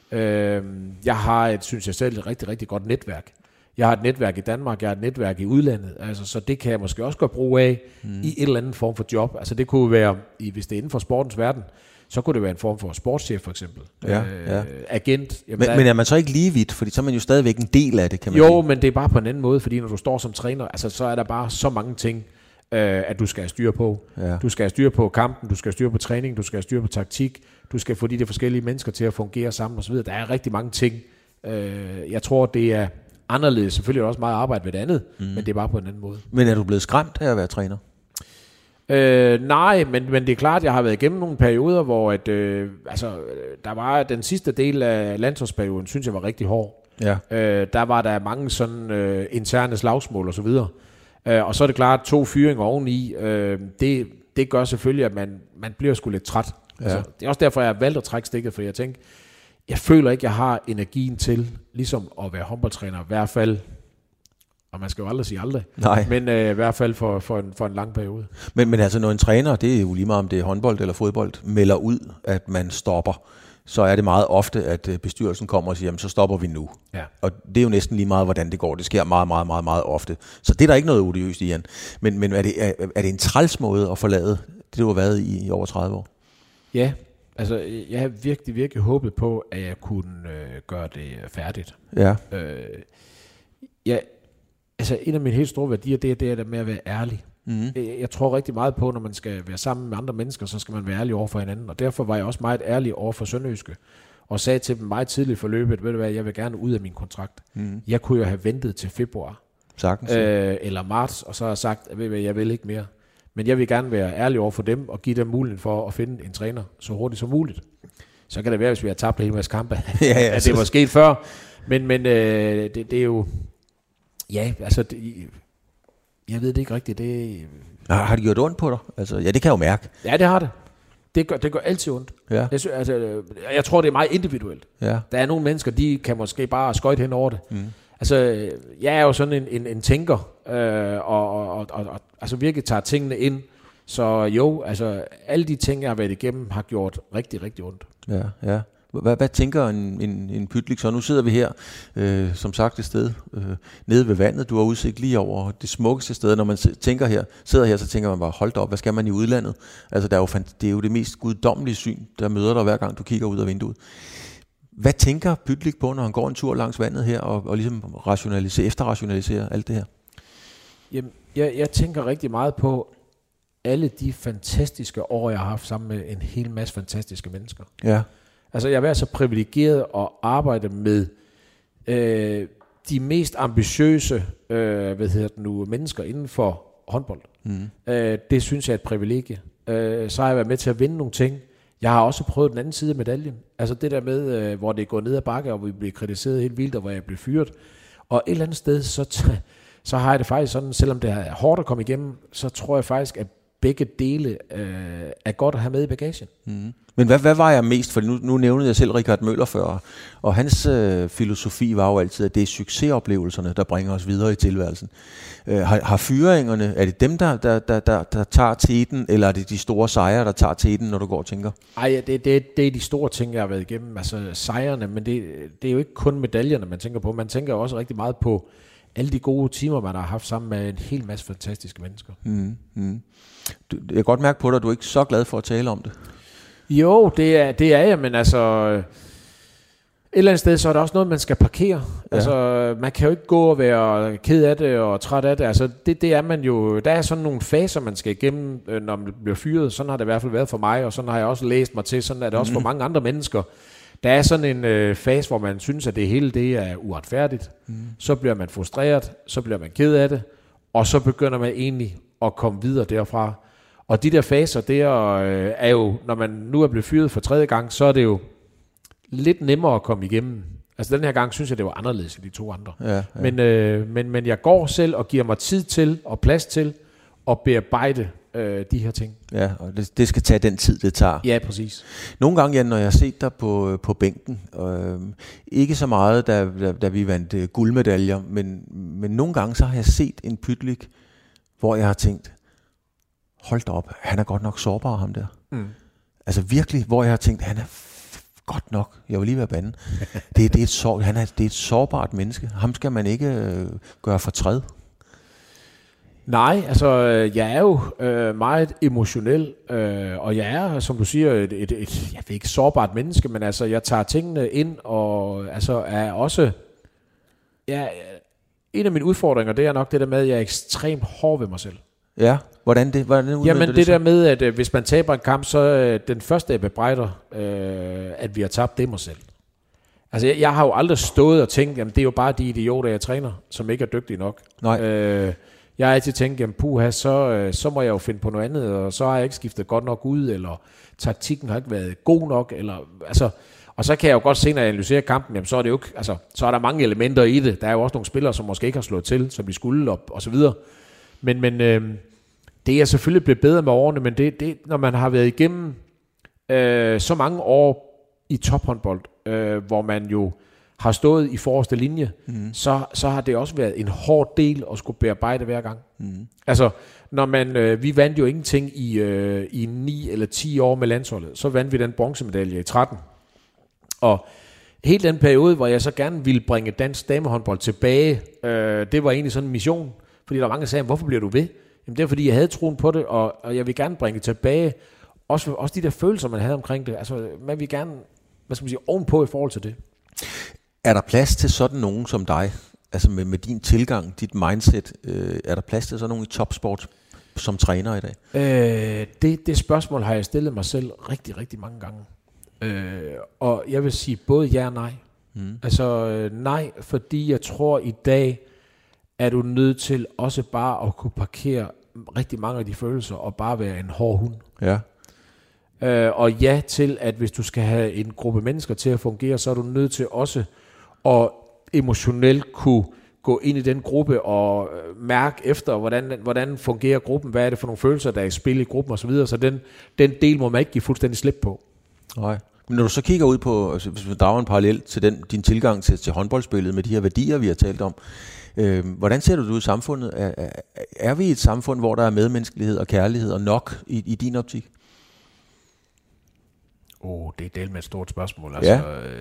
Jeg har synes jeg selv, et rigtig, rigtig godt netværk. Jeg har et netværk i Danmark, jeg har et netværk i udlandet, altså, så det kan jeg måske også godt bruge af i et eller andet form for job. Altså, det kunne være, hvis det er inden for sportens verden, så kunne det være en form for sportschef for eksempel. Agent. Jamen, men er man så ikke lige vidt? Fordi så er man jo stadigvæk en del af det, kan man sige. Jo, men det er bare på en anden måde, fordi når du står som træner, altså, så er der bare så mange ting, at du skal have styr på. Ja. Du skal have styr på kampen, du skal have styr på træning, du skal have styr på taktik, du skal få de der forskellige mennesker til at fungere sammen osv. Der er rigtig mange ting. Jeg tror, det er anderledes. Selvfølgelig er der også meget arbejde ved det andet, men det er bare på en anden måde. Men er du blevet skræmt af at være træner? Nej, men det er klart, jeg har været igennem nogle perioder, hvor der var den sidste del af landsholdsperioden, synes jeg var rigtig hård. Ja. Der var der mange sådan interne slagsmål og så videre. Og så er det klart, 2 fyringer oveni, det gør selvfølgelig, at man bliver sgu lidt træt. Ja. Altså, det er også derfor, jeg har valgt at trække stikket, for jeg tænker, jeg føler ikke, jeg har energien til ligesom at være håndboldtræner, i hvert fald. Og man skal jo aldrig sige aldrig. Nej. Men i hvert fald for en lang periode. Men altså, når en træner, det er jo lige meget om det er håndbold eller fodbold, melder ud, at man stopper, så er det meget ofte, at bestyrelsen kommer og siger, jamen så stopper vi nu. Ja. Og det er jo næsten lige meget, hvordan det går. Det sker meget, meget, meget, meget ofte. Så det er der ikke noget odiøst i, Jan. Men er det en træls måde at forlade det, du har været i over 30 år? Ja, altså jeg har virkelig, virkelig håbet på, at jeg kunne gøre det færdigt. Ja. Altså en af mine helt store værdier, det er der med at være ærlig. Jeg tror rigtig meget på, når man skal være sammen med andre mennesker, så skal man være ærlig over for hinanden. Og derfor var jeg også meget ærlig over for Sønderjyske. Og sagde til dem meget tidligt i forløbet, ved du hvad, jeg vil gerne ud af min kontrakt. Jeg kunne jo have ventet til februar. Eller marts, og så har sagt, ved du hvad, jeg vil ikke mere. Men jeg vil gerne være ærlig over for dem, og give dem muligheden for at finde en træner så hurtigt som muligt. Så kan det være, hvis vi har tabt hele vores kampe, at det var sket før. Men det er jo... Ja, altså, jeg ved det ikke rigtigt. Har det gjort ondt på dig? Altså, ja, det kan jeg jo mærke. Ja, det har det. Det gør altid ondt. Ja. Jeg tror, det er meget individuelt. Ja. Der er nogle mennesker, de kan måske bare skøjte hen over det. Altså, jeg er jo sådan en tænker, og altså virkelig tager tingene ind. Så jo, altså, alle de ting, jeg har været igennem, har gjort rigtig, rigtig ondt. Ja, ja. Hvad tænker en Pytlik så? Nu sidder vi her, som sagt et sted, nede ved vandet. Du har udsigt lige over det smukkeste sted. Når man sidder her, så tænker man bare, hold da op, hvad skal man i udlandet? Altså, det er jo det mest guddommelige syn, der møder dig hver gang, du kigger ud af vinduet. Hvad tænker Pytlik på, når han går en tur langs vandet her, og ligesom efterrationaliserer alt det her? Jamen, jeg tænker rigtig meget på alle de fantastiske år, jeg har haft sammen med en hel masse fantastiske mennesker. Ja. Altså, jeg har været så privilegeret at arbejde med de mest ambitiøse mennesker inden for håndbold. Det synes jeg er et privilegie. så har jeg været med til at vinde nogle ting. Jeg har også prøvet den anden side af medaljen. Altså det der med, hvor det går ned ad bakke, og hvor vi bliver kritiseret helt vildt, og hvor jeg bliver fyret. Og et eller andet sted, så har jeg det faktisk sådan, selvom det er hårdt at komme igennem, så tror jeg faktisk, at begge dele er godt at have med i bagagen. Mm. Men hvad var jeg mest? For nu nævnede jeg selv Richard Møller før, og hans filosofi var jo altid, at det er succesoplevelserne, der bringer os videre i tilværelsen. Har fyringerne, er det dem, der tager teten, eller er det de store sejre, der tager teten, når du går og tænker? Ej, det er de store ting, jeg har været igennem, altså sejrene, men det er jo ikke kun medaljerne, man tænker på. Man tænker også rigtig meget på alle de gode timer, man har haft sammen med en hel masse fantastiske mennesker. Jeg kan godt mærke på dig, at du er ikke så glad for at tale om det. Jo, det er jeg, men altså et eller andet sted, så er der også noget, man skal parkere. Ja. Altså, man kan jo ikke gå og være ked af det og træt af det. Altså, det er man jo. Der er sådan nogle faser, man skal igennem, når man bliver fyret. Sådan har det i hvert fald været for mig, og sådan har jeg også læst mig til. Sådan er det også for mange andre mennesker. Der er sådan en fase, hvor man synes, at det hele det er uretfærdigt. Så bliver man frustreret, så bliver man ked af det, og så begynder man egentlig at komme videre derfra. Og de der faser, det er jo, når man nu er blevet fyret for 3. gang, så er det jo lidt nemmere at komme igennem. Altså den her gang synes jeg, det var anderledes end de 2 andre. Ja. Men jeg går selv og giver mig tid til og plads til at bearbejde de her ting. Ja, og det skal tage den tid, det tager. Ja, præcis. Nogle gange, Jan, når jeg har set dig på bænken, ikke så meget, da vi vandt guldmedaljer, men nogle gange så har jeg set en Pytlik, hvor jeg har tænkt, hold da op, han er godt nok sårbar, ham der. Altså virkelig, hvor jeg har tænkt, han er godt nok, jeg vil lige være bande. Det er et sårbart menneske. Ham skal man ikke gøre fortræd. Nej, altså jeg er jo meget emotionel, og jeg er, som du siger, jeg ved ikke sårbart menneske, men altså jeg tager tingene ind, og altså er også, en af mine udfordringer, det er nok det der med, at jeg er ekstremt hård ved mig selv. Ja, hvordan Jamen det der med, at hvis man taber en kamp, så den første, jeg bebrejder, at vi har tabt, det er mig selv. Altså jeg har jo aldrig stået og tænkt, jamen det er jo bare de idioter, jeg træner, som ikke er dygtige nok. Nej. Jeg har altid tænkt, jamen puha, så må jeg jo finde på noget andet, og så har jeg ikke skiftet godt nok ud, eller taktikken har ikke været god nok, eller altså. Og så kan jeg jo godt se, når jeg analyserer kampen, jamen så er det jo ikke, altså så er der mange elementer i det. Der er jo også nogle spillere, som måske ikke har slået til, som de skulle og så videre. Men det er selvfølgelig blevet bedre med årene, men det når man har været igennem så mange år i tophåndbold, hvor man jo har stået i forreste linje, så har det også været en hård del at skulle bearbejde hver gang. Altså, når vi vandt jo ingenting i 9 eller 10 år med landsholdet, så vandt vi den bronzemedalje i 13. Og hele den periode, hvor jeg så gerne ville bringe dansk damehåndbold tilbage, det var egentlig sådan en mission, fordi der var mange, der sagde, hvorfor bliver du ved? Jamen det er fordi, jeg havde troen på det, og jeg vil gerne bringe det tilbage. Også de der følelser, man havde omkring det. Altså, man vil gerne, hvad skal man sige, ovenpå i forhold til det. Er der plads til sådan nogen som dig? Altså med din tilgang, dit mindset, er der plads til sådan nogen i topsport som træner i dag? Det spørgsmål har jeg stillet mig selv rigtig, rigtig mange gange. Og jeg vil sige både ja og nej. Altså nej, fordi jeg tror i dag, er du nødt til også bare at kunne parkere rigtig mange af de følelser, og bare være en hård hund. Ja. Og ja til, at hvis du skal have en gruppe mennesker til at fungere, så er du nødt til også at emotionelt kunne gå ind i den gruppe og mærke efter, hvordan fungerer gruppen, hvad er det for nogle følelser, der er i spil i gruppen osv. Så den del må man ikke give fuldstændig slip på. Nej. Men når du så kigger ud på, hvis vi drager en parallel til din tilgang til håndboldspillet med de her værdier, vi har talt om, hvordan ser du det ud i samfundet? Er vi et samfund, hvor der er medmenneskelighed og kærlighed og nok i din optik? Det er delt med et stort spørgsmål. Altså,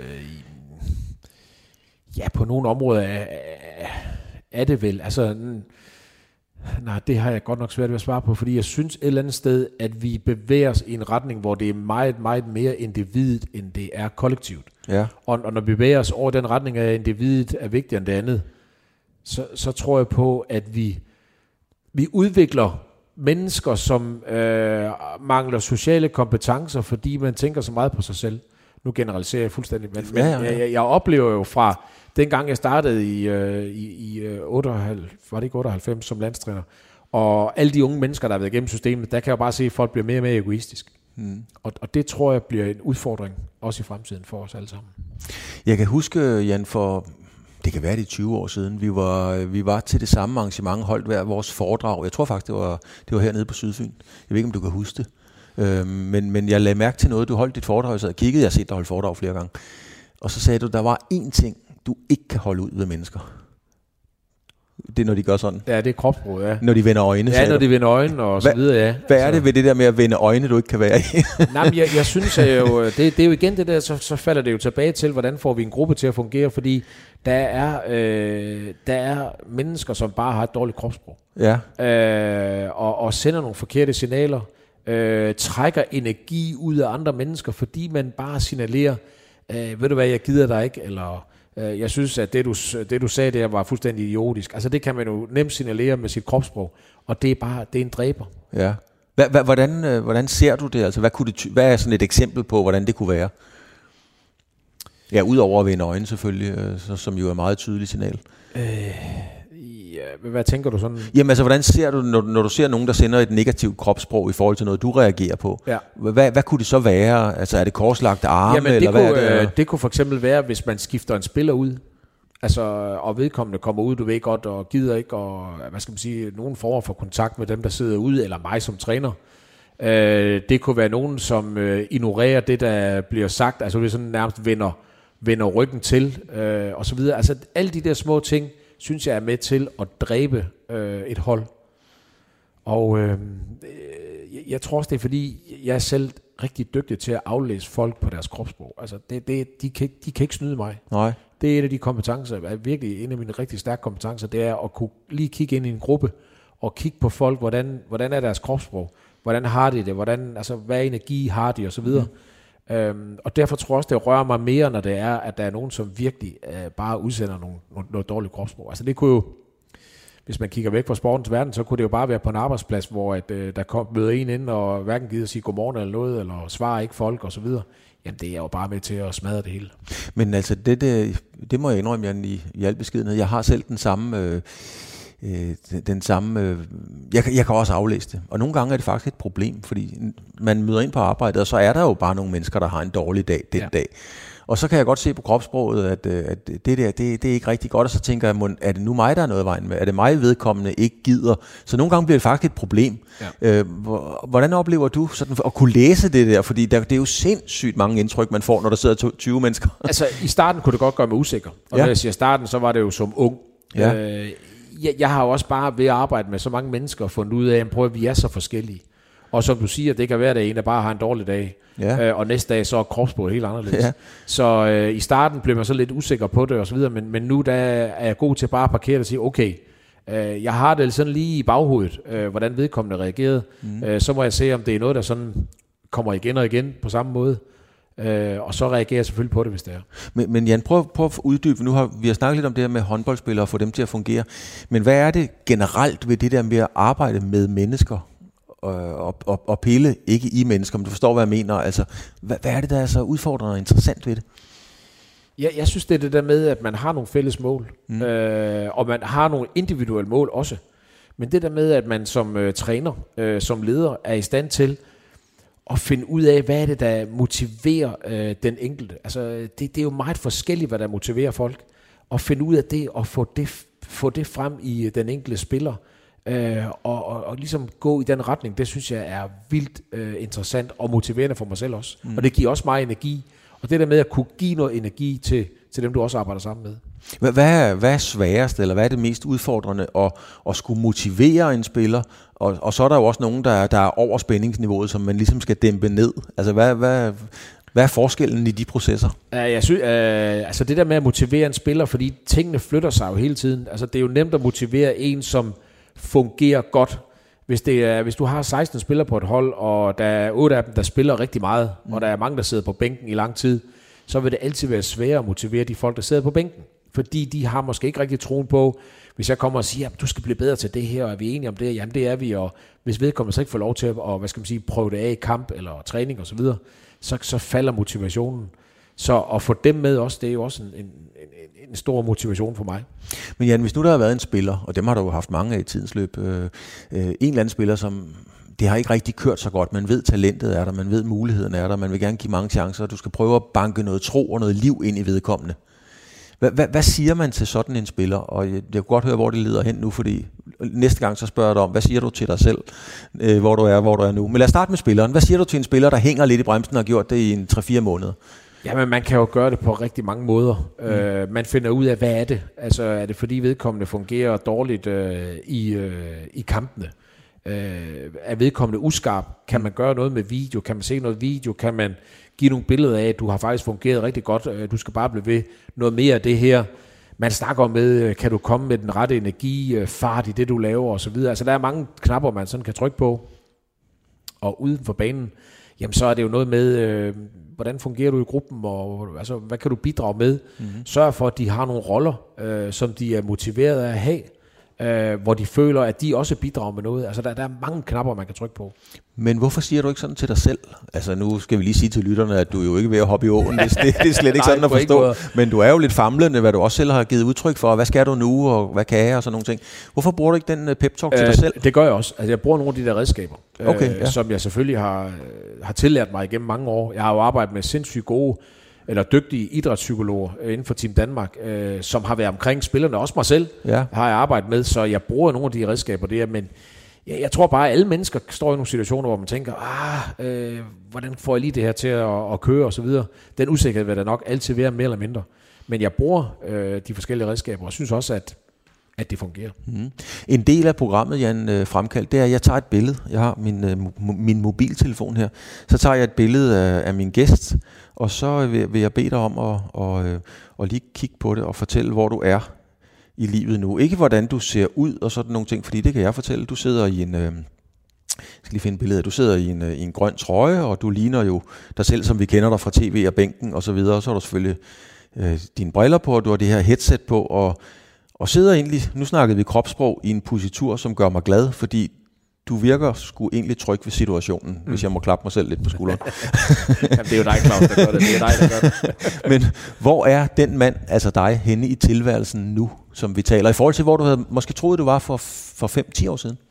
ja, på nogle områder er det vel. Altså, nej, det har jeg godt nok svært ved at svare på, fordi jeg synes et eller andet sted, at vi bevæger os i en retning, hvor det er meget, meget mere individet, end det er kollektivt. Ja. Og når vi bevæger os over den retning, at individet er vigtigere end det andet, så tror jeg på, at vi udvikler mennesker, som mangler sociale kompetencer, var man tænker så meget på sig selv. Nu generaliserer jeg fuldstændig, men jeg oplever jo fra dengang jeg startede i 98, var det ikke 98 som landstræner, Og alle de unge mennesker, der har været igennem systemet, der kan jeg bare se, at folk bliver mere og mere egoistisk. Og det tror jeg bliver en udfordring, også i fremtiden for os alle sammen. Jeg kan huske, Jan, for det kan være det 20 år siden, vi var til det samme arrangement, holdt hver vores foredrag. Jeg tror faktisk, det var hernede på Sydfyn. Jeg ved ikke, om du kan huske det. Men jeg lagde mærke til noget. Du holdt dit foredrag, jeg sad og kiggede. Jeg har set dig holde foredrag flere gange. Og så sagde du, der var én ting, du ikke kan holde ud ved mennesker. Det er, når de gør sådan. Ja, det er kropsbrud, ja. Når de vender øjne, ja, når de vender øjne og så videre, ja. Hvad er det ved det der med at vende øjne, du ikke kan være i? Nej, men jeg synes jo, det er jo igen det der, så falder det jo tilbage til, hvordan får vi en gruppe til at fungere, fordi der er mennesker, som bare har et dårligt kropssprog. Ja. Og sender nogle forkerte signaler, trækker energi ud af andre mennesker, fordi man bare signalerer, ved du hvad, jeg gider dig ikke, eller jeg synes, at det du sagde der var fuldstændig idiotisk. Altså det kan man jo nemt signalere med sit kropssprog, og det er en dræber. Ja. Hvordan ser du det? Altså hvad er sådan et eksempel på, hvordan det kunne være? Ja, udover at vende øjne selvfølgelig, som jo er et meget tydeligt signal. Ja, hvad tænker du sådan? Jamen altså, hvordan ser du, når du ser nogen, der sender et negativt kropssprog i forhold til noget, du reagerer på? Ja. Hvad kunne det så være? Altså, er det korslagte arme? Jamen, eller hvad er det? Det kunne for eksempel være, hvis man skifter en spiller ud, altså, og vedkommende kommer ud, du ved godt, og gider ikke, og hvad skal man sige, nogen form for kontakt med dem, der sidder ude, eller mig som træner. Det kunne være nogen, som ignorerer det, der bliver sagt, altså det er sådan nærmest vender ryggen til, og så videre. Altså, alle de der små ting, synes jeg er med til at dræbe et hold. Og jeg tror også, det er fordi, jeg er selv rigtig dygtig til at aflæse folk på deres kropssprog. Altså, de kan ikke snyde mig. Nej. Det er en af de kompetencer, virkelig en af mine rigtig stærke kompetencer, det er at kunne lige kigge ind i en gruppe, og kigge på folk, hvordan er deres kropssprog, hvordan har de det, hvad energi har de, og så videre. Og derfor tror jeg også, det rører mig mere, når det er, at der er nogen, som virkelig bare udsender noget dårligt kropssprog. Altså det kunne jo, hvis man kigger væk fra sportens verden, så kunne det jo bare være på en arbejdsplads, hvor der møder en ind, og hverken gider sige godmorgen eller noget, eller svarer ikke folk, og så videre. Jamen det er jo bare med til at smadre det hele. Men altså det må jeg indrømme, Jan, i al beskedenhed. Jeg har selv den samme... jeg kan også aflæse det. Og nogle gange er det faktisk et problem, fordi man møder ind på arbejdet, og så er der jo bare nogle mennesker, der har en dårlig dag den dag. Og så kan jeg godt se på kropssproget, at det er ikke rigtig godt, og så tænker jeg, er det nu mig, der er noget i vejen med? Er det mig, vedkommende ikke gider? Så nogle gange bliver det faktisk et problem. Ja. Hvordan oplever du sådan at kunne læse det der? Fordi det er jo sindssygt mange indtryk, man får, når der sidder 20 mennesker. Altså i starten kunne det godt gøre mig usikker. Og når jeg siger starten, så var det jo som ung. Ja. Jeg har jo også bare ved at arbejde med så mange mennesker fundet ud af, at vi er så forskellige. Og som du siger, det kan være, at det er en, der bare har en dårlig dag. Ja. Og næste dag så er kropsproget helt anderledes. Ja. Så i starten blev man så lidt usikker på det og så videre, men nu der er jeg god til bare at parkere og sige, okay, jeg har det sådan lige i baghovedet, hvordan vedkommende reagerede. Så må jeg se, om det er noget, der sådan kommer igen og igen på samme måde. Og så reagerer jeg selvfølgelig på det, hvis det er. Men Jan, prøv at uddybe. Vi har snakket lidt om det her med håndboldspillere og få dem til at fungere. Men hvad er det generelt ved det der med at arbejde med mennesker og pille ikke i mennesker, om du forstår, hvad jeg mener? Altså, hvad er det, der er så udfordrende og interessant ved det? Jeg synes, det er det der med, at man har nogle fælles mål, og man har nogle individuelle mål også. Men det der med, at man som træner, som leder, er i stand til at finde ud af, hvad er det, der motiverer den enkelte. Altså, det er jo meget forskelligt, hvad der motiverer folk. At finde ud af det, og få det frem i den enkelte spiller, og ligesom gå i den retning, det synes jeg er vildt interessant og motiverende for mig selv også. Og det giver også mig energi. Og det der med at kunne give noget energi til dem, du også arbejder sammen med. Hvad er sværest, eller hvad er det mest udfordrende at skulle motivere en spiller? Og så er der jo også nogen, der er over spændingsniveauet, som man ligesom skal dæmpe ned. Altså hvad er forskellen i de processer? Jeg synes, altså det der med at motivere en spiller, fordi tingene flytter sig jo hele tiden. Altså det er jo nemt at motivere en, som fungerer godt. Hvis du har 16 spillere på et hold, og der er 8 af dem, der spiller rigtig meget, og der er mange, der sidder på bænken i lang tid, så vil det altid være sværere at motivere de folk, der sidder på bænken. Fordi de har måske ikke rigtig troen på, hvis jeg kommer og siger, at du skal blive bedre til det her, og er vi enige om det? Jamen det er vi, og hvis vedkommende så ikke får lov til at prøve det af i kamp eller træning osv., så falder motivationen. Så at få dem med også, det er jo også en stor motivation for mig. Men Jan, hvis nu der har været en spiller, og dem har du jo haft mange af i tidens løb, en eller anden spiller, som det har ikke rigtig kørt så godt, man ved talentet er der, man ved muligheden er der, man vil gerne give mange chancer, og du skal prøve at banke noget tro og noget liv ind i vedkommende. Hvad siger man til sådan en spiller? Og jeg kunne godt høre, hvor det leder hen nu, fordi næste gang så spørger jeg dig om, hvad siger du til dig selv, hvor du er nu? Men lad os starte med spilleren. Hvad siger du til en spiller, der hænger lidt i bremsen og har gjort det i 3-4 måneder? Jamen, man kan jo gøre det på rigtig mange måder. Man finder ud af, hvad er det? Altså, er det fordi vedkommende fungerer dårligt i kampene? Er vedkommende uskarp? Kan man gøre noget med video? Kan man se noget video? Kan man give nogle billeder af, at du har faktisk fungeret rigtig godt? Du skal bare blive ved noget mere af det her. Man snakker med, kan du komme med den rette energi, fart i det, du laver osv. Altså, der er mange knapper, man sådan kan trykke på. Og uden for banen, jamen så er det jo noget med, hvordan fungerer du i gruppen, og altså, hvad kan du bidrage med? Sørg for, at de har nogle roller, som de er motiveret af at have, hvor de føler, at de også bidrager med noget. Altså, der er mange knapper, man kan trykke på. Men hvorfor siger du ikke sådan til dig selv? Altså, nu skal vi lige sige til lytterne, at du er jo ikke ved at hoppe i åen. Det er slet ikke sådan at forstå. Men du er jo lidt famlende, hvad du også selv har givet udtryk for. Hvad skal du nu, og hvad kan jeg, og sådan nogle ting. Hvorfor bruger du ikke den pep-talk til dig selv? Det gør jeg også. Altså, jeg bruger nogle af de der redskaber, okay, som jeg selvfølgelig har tillært mig igennem mange år. Jeg har jo arbejdet med sindssygt gode eller dygtige idrætspsykologer inden for Team Danmark, som har været omkring spillerne, også mig selv, har jeg arbejdet med, så jeg bruger nogle af de redskaber der, men jeg tror bare, at alle mennesker står i nogle situationer, hvor man tænker, hvordan får jeg lige det her til at køre og så videre. Den usikkerhed vil der nok altid være mere eller mindre. Men jeg bruger de forskellige redskaber, og synes også, at det fungerer. En del af programmet, Jan fremkaldt, det er, at jeg tager et billede. Jeg har min mobiltelefon her. Så tager jeg et billede af min gæst, og så vil jeg bede dig om at lige kigge på det og fortælle, hvor du er i livet nu. Ikke hvordan du ser ud og sådan nogle ting, fordi det kan jeg fortælle. Du sidder i en... Jeg skal lige finde billedet. Du sidder i en grøn trøje, og du ligner jo dig selv, som vi kender dig fra tv og bænken og så videre. Og så har du selvfølgelig dine briller på, og du har det her headset på, og sidder egentlig, nu snakkede vi kropssprog, i en positur, som gør mig glad, fordi du virker sgu egentlig tryg ved situationen, hvis jeg må klappe mig selv lidt på skulderen. Jamen, det er jo dig, Claus, der gør det. Det er dig, der gør det. Men hvor er den mand, altså dig, henne i tilværelsen nu, som vi taler, i forhold til, hvor du havde måske troet, du var for 5-10 år siden?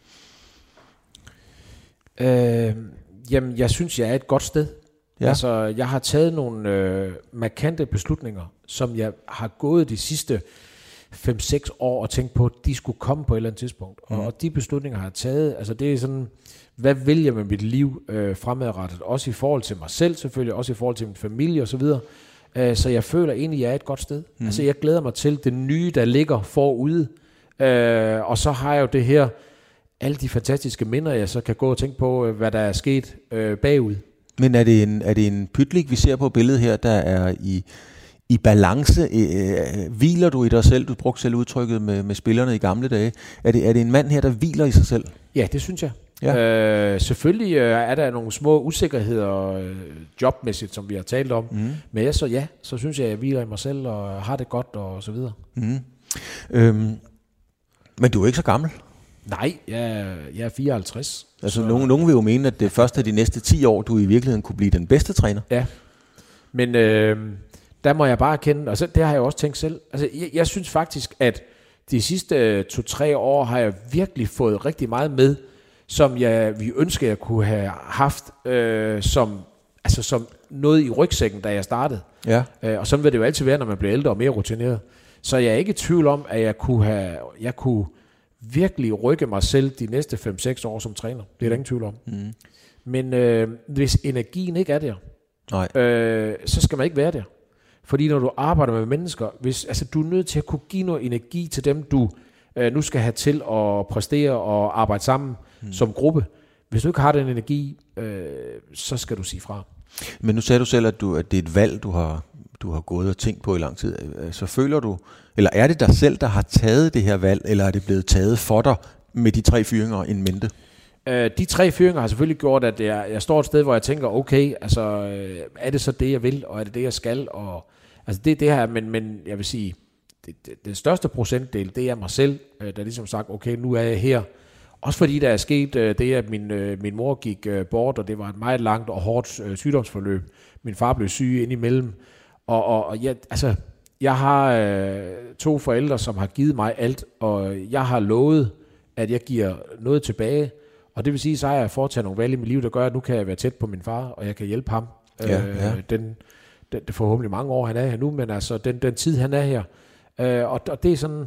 Jamen, jeg synes, jeg er et godt sted. Ja. Altså, jeg har taget nogle markante beslutninger, som jeg har gået de sidste 5-6 år og tænkt på, at de skulle komme på et eller andet tidspunkt. Og de beslutninger har jeg taget, altså det er sådan, hvad vil jeg med mit liv fremadrettet? Også i forhold til mig selv selvfølgelig, også i forhold til min familie osv. Så jeg føler egentlig, at jeg er et godt sted. Altså jeg glæder mig til det nye, der ligger forude. Og så har jeg jo det her, alle de fantastiske minder, jeg så kan gå og tænke på, hvad der er sket bagud. Men er det en Pytlik, vi ser på billedet her, der er i balance? Hviler du i dig selv? Du brugte selv udtrykket med spillerne i gamle dage. Er det en mand her, der hviler i sig selv? Ja, det synes jeg. Ja. Selvfølgelig er der nogle små usikkerheder jobmæssigt, som vi har talt om. Men så synes jeg hviler i mig selv og har det godt og så videre. Men du er ikke så gammel? Nej, jeg er 54. Altså nogen vil jo mene, at det først er de næste 10 år, du i virkeligheden kunne blive den bedste træner. Ja, men der må jeg bare erkende, og det har jeg også tænkt selv. Altså, jeg synes faktisk, at de sidste 2-3 år har jeg virkelig fået rigtig meget med, som vi ønsker, jeg kunne have haft som noget i rygsækken, da jeg startede. Ja. Og sådan vil det jo altid være, når man bliver ældre og mere rutineret. Så jeg er ikke i tvivl om, at jeg kunne virkelig rykke mig selv de næste 5-6 år som træner. Det er der ingen tvivl om. Men hvis energien ikke er der, så skal man ikke være der. Fordi når du arbejder med mennesker, du er nødt til at kunne give noget energi til dem, du nu skal have til at præstere og arbejde sammen som gruppe. Hvis du ikke har den energi, så skal du sige fra. Men nu sagde du selv, at det er et valg, du har gået og tænkt på i lang tid. Så føler du, eller er det dig selv, der har taget det her valg, eller er det blevet taget for dig med de 3 fyringer in mente? De 3 fyringer har selvfølgelig gjort, at jeg står et sted, hvor jeg tænker, okay, altså er det så det, jeg vil, og er det det, jeg skal? Og, altså det her, men jeg vil sige, den største procentdel, det er mig selv, der ligesom sagt, okay, nu er jeg her. Også fordi der er sket det, at min mor gik bort, og det var et meget langt og hårdt sygdomsforløb. Min far blev syg indimellem, Og jeg har 2 forældre, som har givet mig alt, og jeg har lovet, at jeg giver noget tilbage. Og det vil sige, så har jeg foretaget nogle valg i mit liv, der gør, at nu kan jeg være tæt på min far, og jeg kan hjælpe ham. Det forhåbentlig mange år, han er her nu, men altså den tid, han er her. Og det er sådan,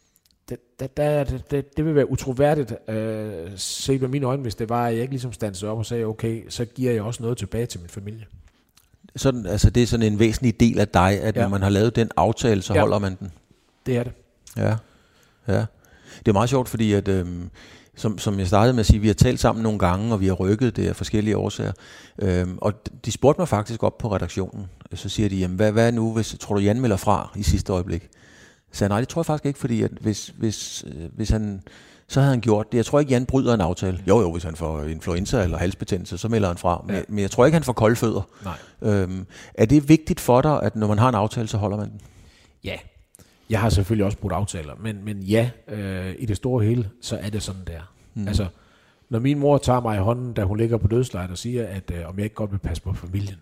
det vil være utroværdigt set med mine øjne, hvis det var, at jeg ikke ligesom standsede op og sagde, okay, så giver jeg også noget tilbage til min familie. Sådan, altså det er sådan en væsentlig del af dig, at når man har lavet den aftale, så holder man den. Det er det. Ja. Det er meget sjovt, fordi at, som jeg startede med at sige, vi har talt sammen nogle gange, og vi har rykket det af forskellige årsager. Og de spurgte mig faktisk op på redaktionen. Så siger de, jamen, hvad er nu, tror du Jan melder fra i sidste øjeblik? Så sagde nej, det tror jeg faktisk ikke, fordi at hvis han, så havde han gjort det. Jeg tror ikke, Jan bryder en aftale. Jo, hvis han får influenza eller halsbetændelse, så melder han fra. Ja. Men jeg tror ikke, han får kolde fødder. Nej. Er det vigtigt for dig, at når man har en aftale, så holder man den? Ja. Jeg har selvfølgelig også brugt aftaler, men ja, i det store hele, så er det sådan der. Altså, når min mor tager mig i hånden, da hun ligger på dødslejet og siger, at om jeg ikke godt vil passe på familien,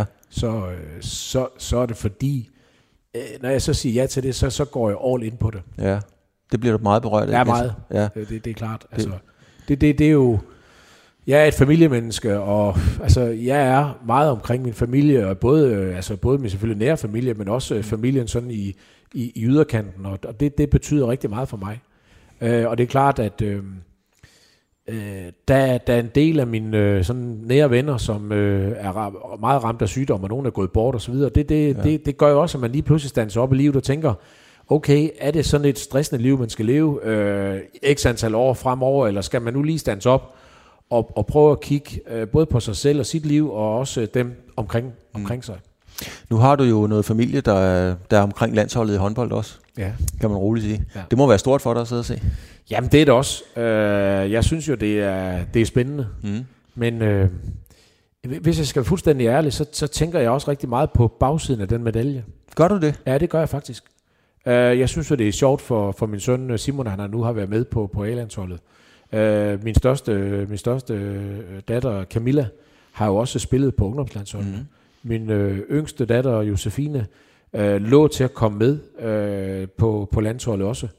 så er det fordi, når jeg så siger ja til det, så går jeg all in på det. Ja, det bliver du meget berørt af. Ja, meget. Ja. Det er klart. Altså, det er jo... Jeg er et familiemenneske, og altså, jeg er meget omkring min familie, og både min selvfølgelig nære familie, men også familien sådan i yderkanten, og det betyder rigtig meget for mig. Og det er klart, at der er en del af mine sådan nære venner, som er meget ramt af sygdom, og nogen er gået bort og så videre. Det gør jo også, at man lige pludselig standser op i livet og tænker, okay, er det sådan et stressende liv, man skal leve x antal år fremover, eller skal man nu lige standse op og prøve at kigge både på sig selv og sit liv, og også dem omkring sig. Nu har du jo noget familie, der er omkring landsholdet i håndbold også, kan man roligt sige. Ja. Det må være stort for dig at sidde og se. Jamen, det er det også. Jeg synes jo, det er spændende. Men hvis jeg skal være fuldstændig ærlig, så tænker jeg også rigtig meget på bagsiden af den medalje. Gør du det? Ja, det gør jeg faktisk. Jeg synes jo, det er sjovt for min søn Simon, han nu har været med på A-landsholdet. Min største datter Camilla har jo også spillet på ungdomslandsholdet. Min yngste datter Josefine lå til at komme med på landsholdet også.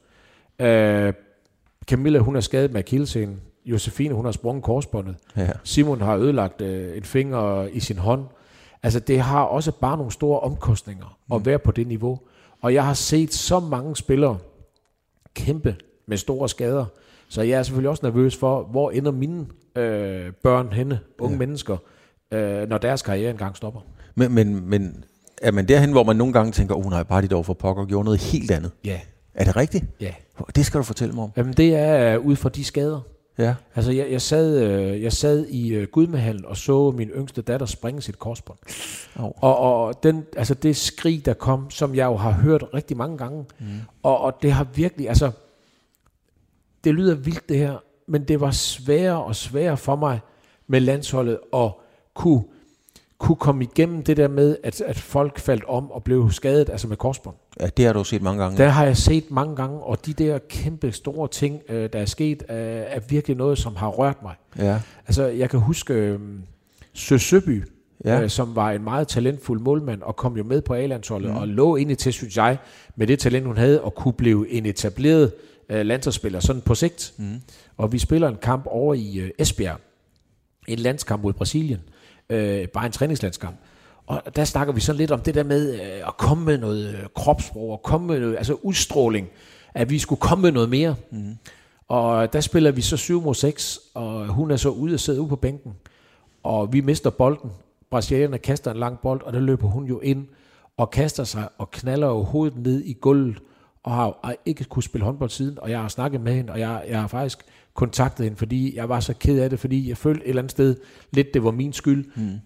Camilla, hun er skadet med akillessenen. Josefine, hun har sprunget korsbåndet. Ja. Simon har ødelagt en finger i sin hånd. Altså, det har også bare nogle store omkostninger at være på det niveau. Og jeg har set så mange spillere kæmpe med store skader, så jeg er selvfølgelig også nervøs for, hvor ender mine børn henne, unge mennesker, når deres karriere engang stopper. Men er man derhen, hvor man nogle gange tænker, nej, bare de dog for pokker gjorde noget helt andet? Ja. Er det rigtigt? Ja. Det skal du fortælle mig om. Jamen, det er ud fra de skader. Ja. Altså, jeg sad i Gudmehallen og så min yngste datter springe sit korsbånd. Og det skrig, der kom, som jeg jo har hørt rigtig mange gange, og det har virkelig, altså, det lyder vildt det her, men det var sværere og sværere for mig med landsholdet at kunne komme igennem det der med, at folk faldt om og blev skadet, altså med korsbånd. Ja, det har du set mange gange. Der har jeg set mange gange, og de der kæmpe store ting, der er sket, er virkelig noget, som har rørt mig. Ja. Altså, jeg kan huske Søby, som var en meget talentfuld målmand, og kom jo med på A-landsholdet, og lå egentlig til, synes jeg, med det talent, hun havde, og kunne blive en etableret landsholdsspiller, sådan på sigt. Og vi spiller en kamp over i Esbjerg, en landskamp mod Brasilien, bare en træningslandskamp. Og der snakker vi sådan lidt om det der med at komme med noget kropssprog, og komme med noget, altså udstråling, at vi skulle komme med noget mere. Og der spiller vi så 7-6, og hun er så ude og sidder ude på bænken, og vi mister bolden. Brasilianerne kaster en lang bold, og der løber hun jo ind og kaster sig og knaller jo hovedet ned i gulvet, og har ikke kunne spille håndbold siden, og jeg har snakket med hende, og jeg har faktisk kontaktet hende, fordi jeg var så ked af det, fordi jeg følte et eller andet sted lidt, det var min skyld,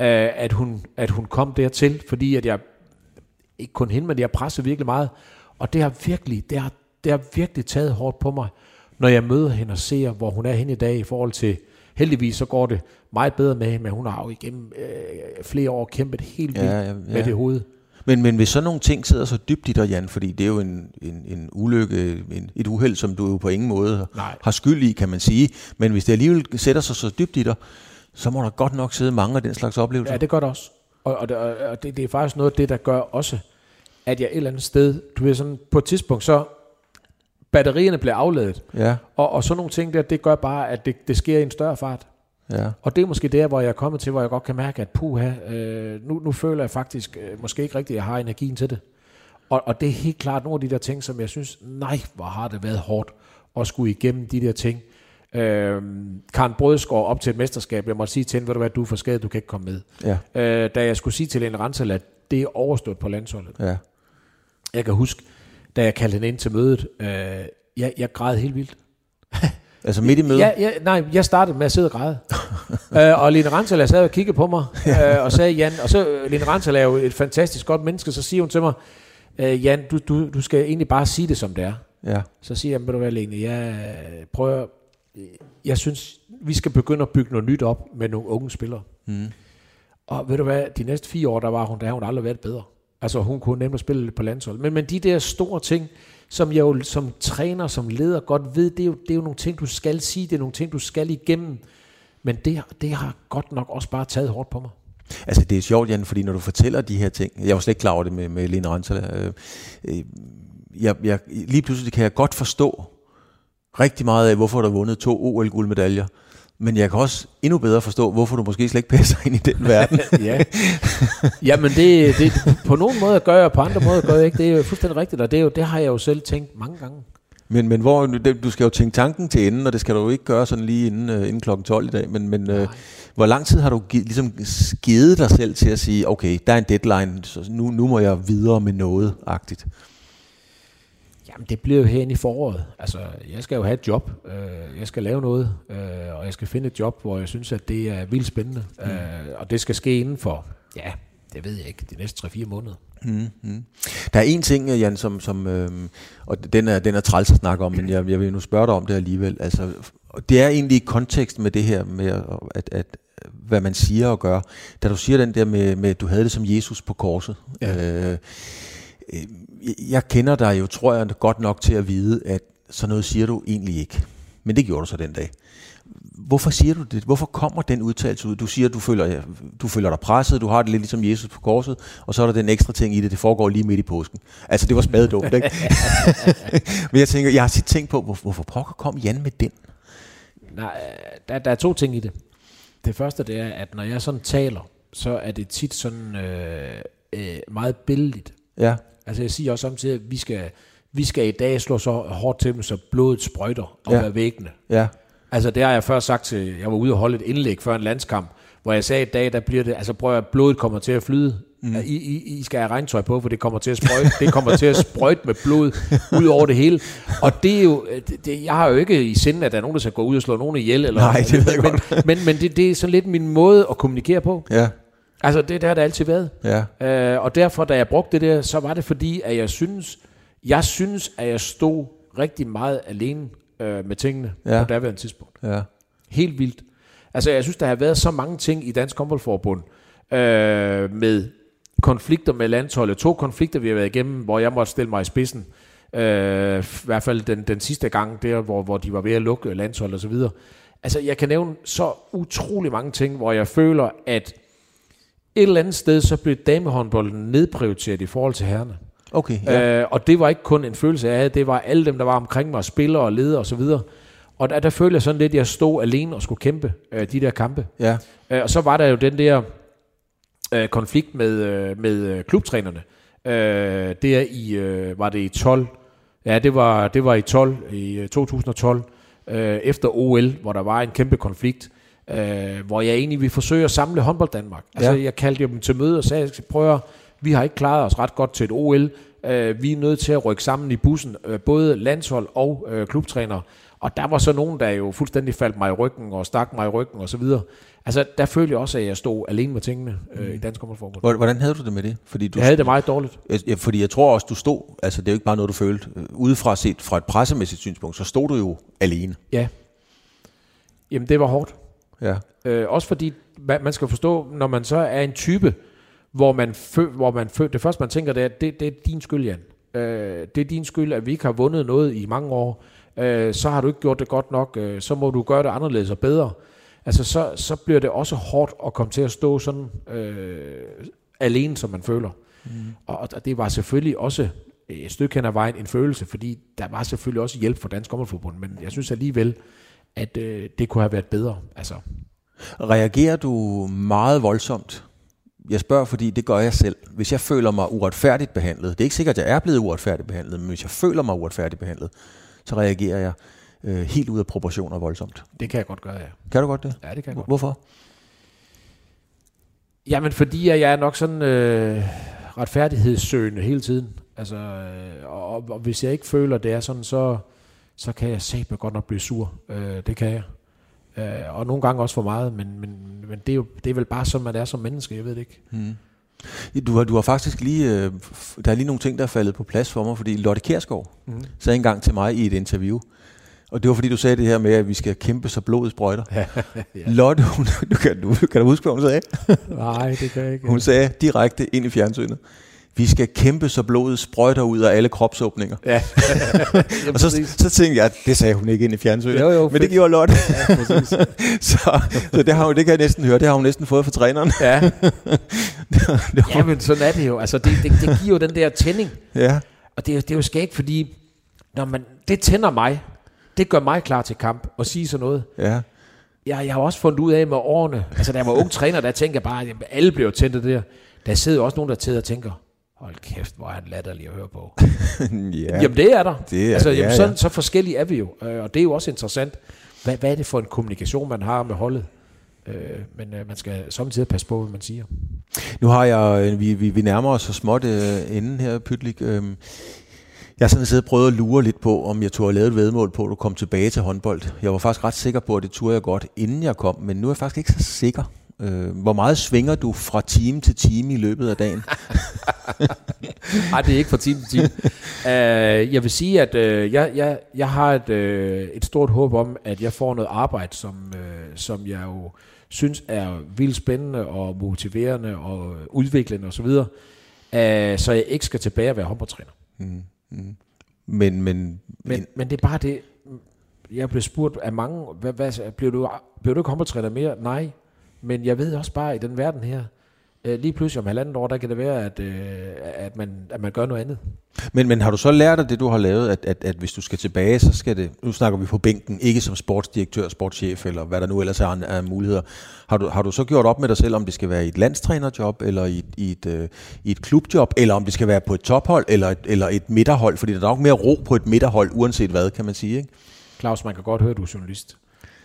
at hun kom dertil, fordi at jeg, ikke kun hende, men jeg pressede virkelig meget, og det har virkelig taget hårdt på mig, når jeg møder hende og ser, hvor hun er henne i dag, i forhold til, heldigvis så går det meget bedre med hende, men hun har jo igennem flere år kæmpet helt vildt med det hoved. Men hvis sådan nogle ting sidder så dybt i dig, Jan, fordi det er jo en ulykke, et uheld, som du jo på ingen måde har skyld i, kan man sige. Men hvis det alligevel sætter sig så dybt i dig, så må der godt nok sidde mange af den slags oplevelser. Ja, det gør det også. Og det er faktisk noget af det, der gør også, at jeg et eller andet sted, du ved sådan, på et tidspunkt, så batterierne bliver afladet. Ja. Og sådan nogle ting der, det gør bare, at det sker i en større fart. Ja. Og det er måske der, hvor jeg er kommet til, hvor jeg godt kan mærke, at nu føler jeg faktisk måske ikke rigtigt, at jeg har energien til det. Og det er helt klart nogle af de der ting, som jeg synes, nej, hvor har det været hårdt at skulle igennem de der ting. Karen Brødsgaard op til et mesterskab, jeg måtte sige til hende, ved du hvad, du er for skadet, du kan ikke komme med. Ja. Da jeg skulle sige til Lene Rantzau, at det er overstået på landsholdet. Ja. Jeg kan huske, da jeg kaldte hende ind til mødet, jeg græd helt vildt. Altså midt i mødet? Nej, jeg startede med at sidde og græde. Og Lene Rantzau sad og kiggede på mig, og sagde, Jan, og så Lene Rantzau er jo et fantastisk godt menneske, så siger hun til mig, Jan, du skal egentlig bare sige det, som det er. Ja. Så siger jeg, ved du hvad, Lene, jeg synes, vi skal begynde at bygge noget nyt op med nogle unge spillere. Mm. Og ved du hvad, de næste 4 år, der har hun aldrig været bedre. Altså hun kunne nemt spille på landshold. Men de der store ting, som jeg jo som træner, som leder godt ved, det er jo nogle ting, du skal sige, det er nogle ting, du skal igennem. Men det har godt nok også bare taget hårdt på mig. Altså det er sjovt, Jan, fordi når du fortæller de her ting, jeg var slet ikke klar over det med Lene Rantzau, lige pludselig kan jeg godt forstå rigtig meget af, hvorfor du har vundet 2 OL-guldmedaljer. Men jeg kan også endnu bedre forstå, hvorfor du måske slet ikke passer ind i den verden. Ja, men det på nogle måder gør jeg, på andre måder gør jeg ikke. Det er jo fuldstændig rigtigt, og det har jeg jo selv tænkt mange gange. Men hvor, du skal jo tænke tanken til enden, og det skal du jo ikke gøre sådan lige inden klokken 12 i dag. Men hvor lang tid har du ligesom givet dig selv til at sige, okay, der er en deadline, så nu må jeg videre med noget-agtigt? Jamen, det bliver jo herinde i foråret. Altså, jeg skal jo have et job. Jeg skal lave noget, og jeg skal finde et job, hvor jeg synes, at det er vildt spændende. Og det skal ske inden for, det ved jeg ikke, de næste 3-4 måneder. Der er en ting, Jan, og den er træls at snakke om, men jeg vil nu spørge dig om det alligevel. Altså, det er egentlig i kontekst med det her, med at hvad man siger og gør. Da du siger den der med at du havde det som Jesus på korset. Ja. Jeg kender dig jo, tror jeg, godt nok til at vide, at sådan noget siger du egentlig ikke. Men det gjorde du så den dag. Hvorfor siger du det? Hvorfor kommer den udtalelse ud? Du siger, at du føler dig presset, du har det lidt ligesom Jesus på korset, og så er der den ekstra ting i det foregår lige midt i påsken. Altså, det var spadedumt, ikke? Men jeg har tit tænkt på, hvorfor pokker kom Jan med den? Nej, der er 2 ting i det. Det første, det er, at når jeg sådan taler, så er det tit sådan meget billedligt. Ja. Altså jeg siger også samtidig, at vi skal i dag slå så hårdt til, så blodet sprøjter og være væggende. Ja. Altså det har jeg før sagt til, jeg var ude og holde et indlæg før en landskamp, hvor jeg sagde i dag, der bliver det, altså prøv at blodet kommer til at flyde. I skal have regntøj på, for det kommer til at sprøjte. Det kommer til at sprøjte med blod ud over det hele. Og det er jo, jeg har jo ikke i sinde, at der er nogen, der skal gå ud og slå nogen ihjel. Eller, nej, det ved jeg godt. Men det er sådan lidt min måde at kommunikere på. Ja. Altså det har det altid været. Ja. Og derfor, da jeg brugte det der, så var det fordi, at jeg synes, at jeg stod rigtig meget alene med tingene på daværende tidspunkt. Ja. Helt vildt. Altså jeg synes, der har været så mange ting i Dansk Håndboldforbund med konflikter med landsholdet. 2 konflikter, vi har været igennem, hvor jeg måtte stille mig i spidsen. I hvert fald den sidste gang, der hvor de var ved at lukke landsholdet og så videre. Altså jeg kan nævne så utrolig mange ting, hvor jeg føler, at et eller andet sted, så blev damehåndbolden nedprioriteret i forhold til herrerne. Okay, ja. Og det var ikke kun en følelse, jeg havde, det var alle dem, der var omkring mig, spillere og ledere og så videre. Og der følte jeg sådan lidt, at jeg stod alene og skulle kæmpe de der kampe. Ja. Og så var der jo den der konflikt med klubtrænerne. Var det i 12? Ja, det var i 12, i 2012, efter OL, hvor der var en kæmpe konflikt. Hvor jeg egentlig ville forsøge at samle håndbold Danmark. Altså jeg kaldte dem til møde og sagde, prøv at vi har ikke klaret os ret godt til et OL. Vi er nødt til at rykke sammen i bussen, både landshold og klubtræner. Og der var så nogen, der jo fuldstændig faldt mig i ryggen og stak mig i ryggen og så videre. Altså der følte jeg også, at jeg stod alene med tingene i Dansk Håndboldforbund. Hvordan havde du det med det? Fordi jeg havde det meget dårligt. Fordi jeg tror også, du stod, altså det er jo ikke bare noget, du følte. Udefra set fra et pressemæssigt synspunkt, så stod du jo alene. Ja. Jamen det var hårdt. Ja. Også fordi man skal forstå, når man så er en type, hvor man det første man tænker, det er din skyld, Jan. Det er din skyld, at vi ikke har vundet noget i mange år. Så har du ikke gjort det godt nok. Så må du gøre det anderledes og bedre. altså så bliver det også hårdt at komme til at stå sådan alene, som man føler. Og det var selvfølgelig også et stykke hen ad vejen en følelse, fordi der var selvfølgelig også hjælp fra Dansk Håndboldforbund, men jeg synes alligevel, at det kunne have været bedre. Altså. Reagerer du meget voldsomt? Jeg spørger, fordi det gør jeg selv. Hvis jeg føler mig uretfærdigt behandlet, det er ikke sikkert, at jeg er blevet uretfærdigt behandlet, men hvis jeg føler mig uretfærdigt behandlet, så reagerer jeg helt ud af proportioner voldsomt. Det kan jeg godt gøre, ja. Kan du godt det? Ja, det kan jeg godt. Hvorfor? Jamen, fordi jeg er nok sådan retfærdighedssøgende hele tiden. Altså, og hvis jeg ikke føler, det er sådan, så kan jeg sæbe godt nok blive sur. Det kan jeg. Og nogle gange også for meget, men det er vel bare sådan, man er som menneske, jeg ved det ikke. Du har faktisk lige, der er lige nogle ting, der er faldet på plads for mig, fordi Lotte Kjærsgaard sagde engang til mig i et interview, og det var fordi, du sagde det her med, at vi skal kæmpe, så blodet sprøjter. Ja. Lotte, kan du huske, hvad hun sagde? Nej, det kan jeg ikke. Hun sagde direkte ind i fjernsynet, vi skal kæmpe, så blodet sprøjter ud af alle kropsåbninger. Ja. Og så tænkte jeg, at det sagde hun ikke ind i fjernsynet. Jo, men det gjorde Lotte. Ja, så det kan jeg næsten høre. Det har hun næsten fået fra træneren. Ja. Ja, men sådan er det jo. Altså, det giver jo den der tænding. Ja. Og det er jo skægt, fordi det tænder mig. Det gør mig klar til kamp at sige sådan noget. Ja. Jeg har også fundet ud af med årene. Altså, da jeg var ung træner, der tænker jeg bare, at alle bliver tændt af det der. Der sidder også nogen, der sidder og tænker, hold kæft, hvor er han latterlig at høre på. Ja. Jamen det er der. Så forskellige er vi jo. Og det er jo også interessant. Hvad er det for en kommunikation, man har med holdet? Men man skal samtidig passe på, hvad man siger. Nu har jeg, vi nærmer os så småt inden her, Pytlik. Jeg har sådan set prøvet at lure lidt på, om jeg turde have lavet et væddemål på, at du kom tilbage til håndbold. Jeg var faktisk ret sikker på, at det turde jeg godt, inden jeg kom, men nu er jeg faktisk ikke så sikker. Hvor meget svinger du fra time til time i løbet af dagen? Nej, det er ikke fra time til time. Jeg vil sige, at jeg har et stort håb om, at jeg får noget arbejde, som jeg jo synes er vildt spændende og motiverende og udviklende osv., så jeg ikke skal tilbage og være håndboldtræner. Men det er bare det, jeg blev spurgt af mange, bliver du ikke håndboldtræner mere? Nej. Men jeg ved også bare, i den verden her, lige pludselig om 1,5 år, der kan det være, at man gør noget andet. Men har du så lært af det, du har lavet, at hvis du skal tilbage, så skal det, nu snakker vi på bænken, ikke som sportsdirektør, sportschef, eller hvad der nu ellers er af muligheder. Har du så gjort op med dig selv, om det skal være i et landstrænerjob, eller i et klubjob, eller om det skal være på et tophold, eller et midterhold? Fordi der er nok mere ro på et midterhold, uanset hvad, kan man sige, ikke? Claus, man kan godt høre, at du er journalist.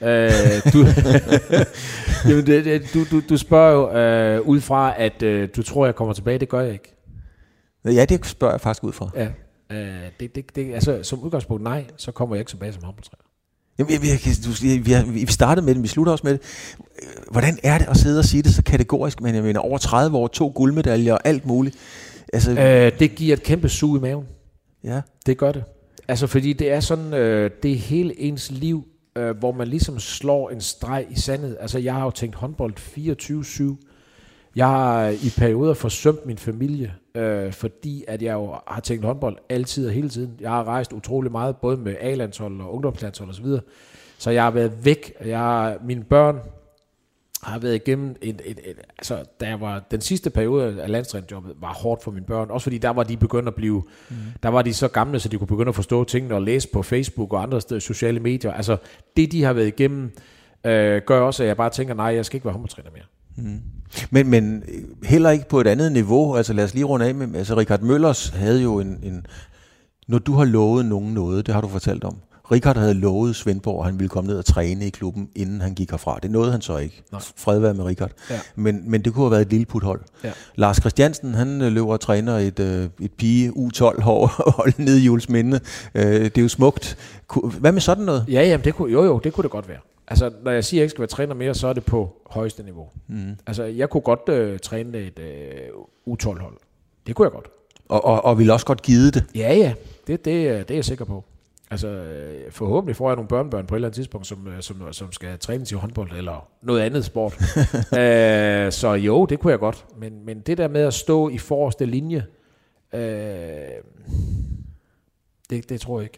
Du spørger jo ud fra, at du tror, jeg kommer tilbage. Det gør jeg ikke. Ja, det spørger jeg faktisk ud fra. Ja, altså, som udgangspunkt nej, så kommer jeg ikke tilbage som håndboldtræner. Jamen, vi startede med det, vi slutter også med det. Hvordan er det at sidde og sige det så kategorisk? Men jeg mener, over 30 år, 2 guldmedaljer og alt muligt. Altså, det giver et kæmpe sug i maven. Ja. Det gør det. Altså, fordi det er sådan, det er hele ens liv, hvor man ligesom slår en streg i sandet. Altså, jeg har jo tænkt håndbold 24/7. Jeg har i perioder forsømt min familie, fordi at jeg jo har tænkt håndbold altid og hele tiden. Jeg har rejst utrolig meget, både med A-landshold og ungdomslandshold osv. Så jeg har været væk. Mine børn har været igennem altså, da jeg var den sidste periode af landstrænerjobbet, var hårdt for mine børn. Også fordi der var de begyndt at blive, der var de så gamle, så de kunne begynde at forstå tingene og læse på Facebook og andre steder, sociale medier. Altså det, de har været igennem, gør også, at jeg bare tænker, nej, jeg skal ikke være håndboldtræner mere. Men heller ikke på et andet niveau. Altså lad os lige runde af med, altså Richard Møllers havde jo når du har lovet nogen noget, det har du fortalt om. Richard havde lovet Svendborg, at han ville komme ned og træne i klubben, inden han gik herfra. Det nåede han så ikke. Fred være med Richard. Ja. Men det kunne have været et lille puthold. Ja. Lars Christiansen, han løber og træner et pige U12-hold nede i Juelsminde. Det er jo smukt. Hvad med sådan noget? Ja, jamen, det kunne det godt være. Altså, når jeg siger, at jeg ikke skal være træner mere, så er det på højeste niveau. Altså, jeg kunne godt træne et U12-hold. Det kunne jeg godt. Og ville også godt give det? Ja. Det er jeg sikker på. Altså, forhåbentlig får jeg nogle børnebørn på et eller andet tidspunkt, som skal træne til håndbold eller noget andet sport. Så jo, det kunne jeg godt. Men det der med at stå i forreste linje, det tror jeg ikke, nej.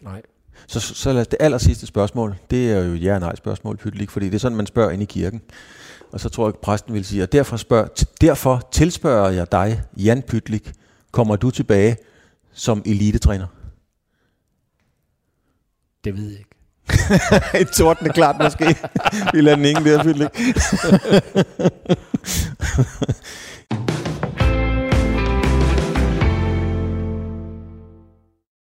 Så lad os det aller sidste spørgsmål. Det er jo et ja-nej-spørgsmål, Pytlik, fordi det er sådan, man spørger ind i kirken. Og så tror jeg, præsten vil sige, og derfor tilspørger jeg dig, Jan Pytlik, kommer du tilbage som elitetræner? Det ved jeg ikke. Et tordende klart måske. Vi lader den ingen der, Pytlik.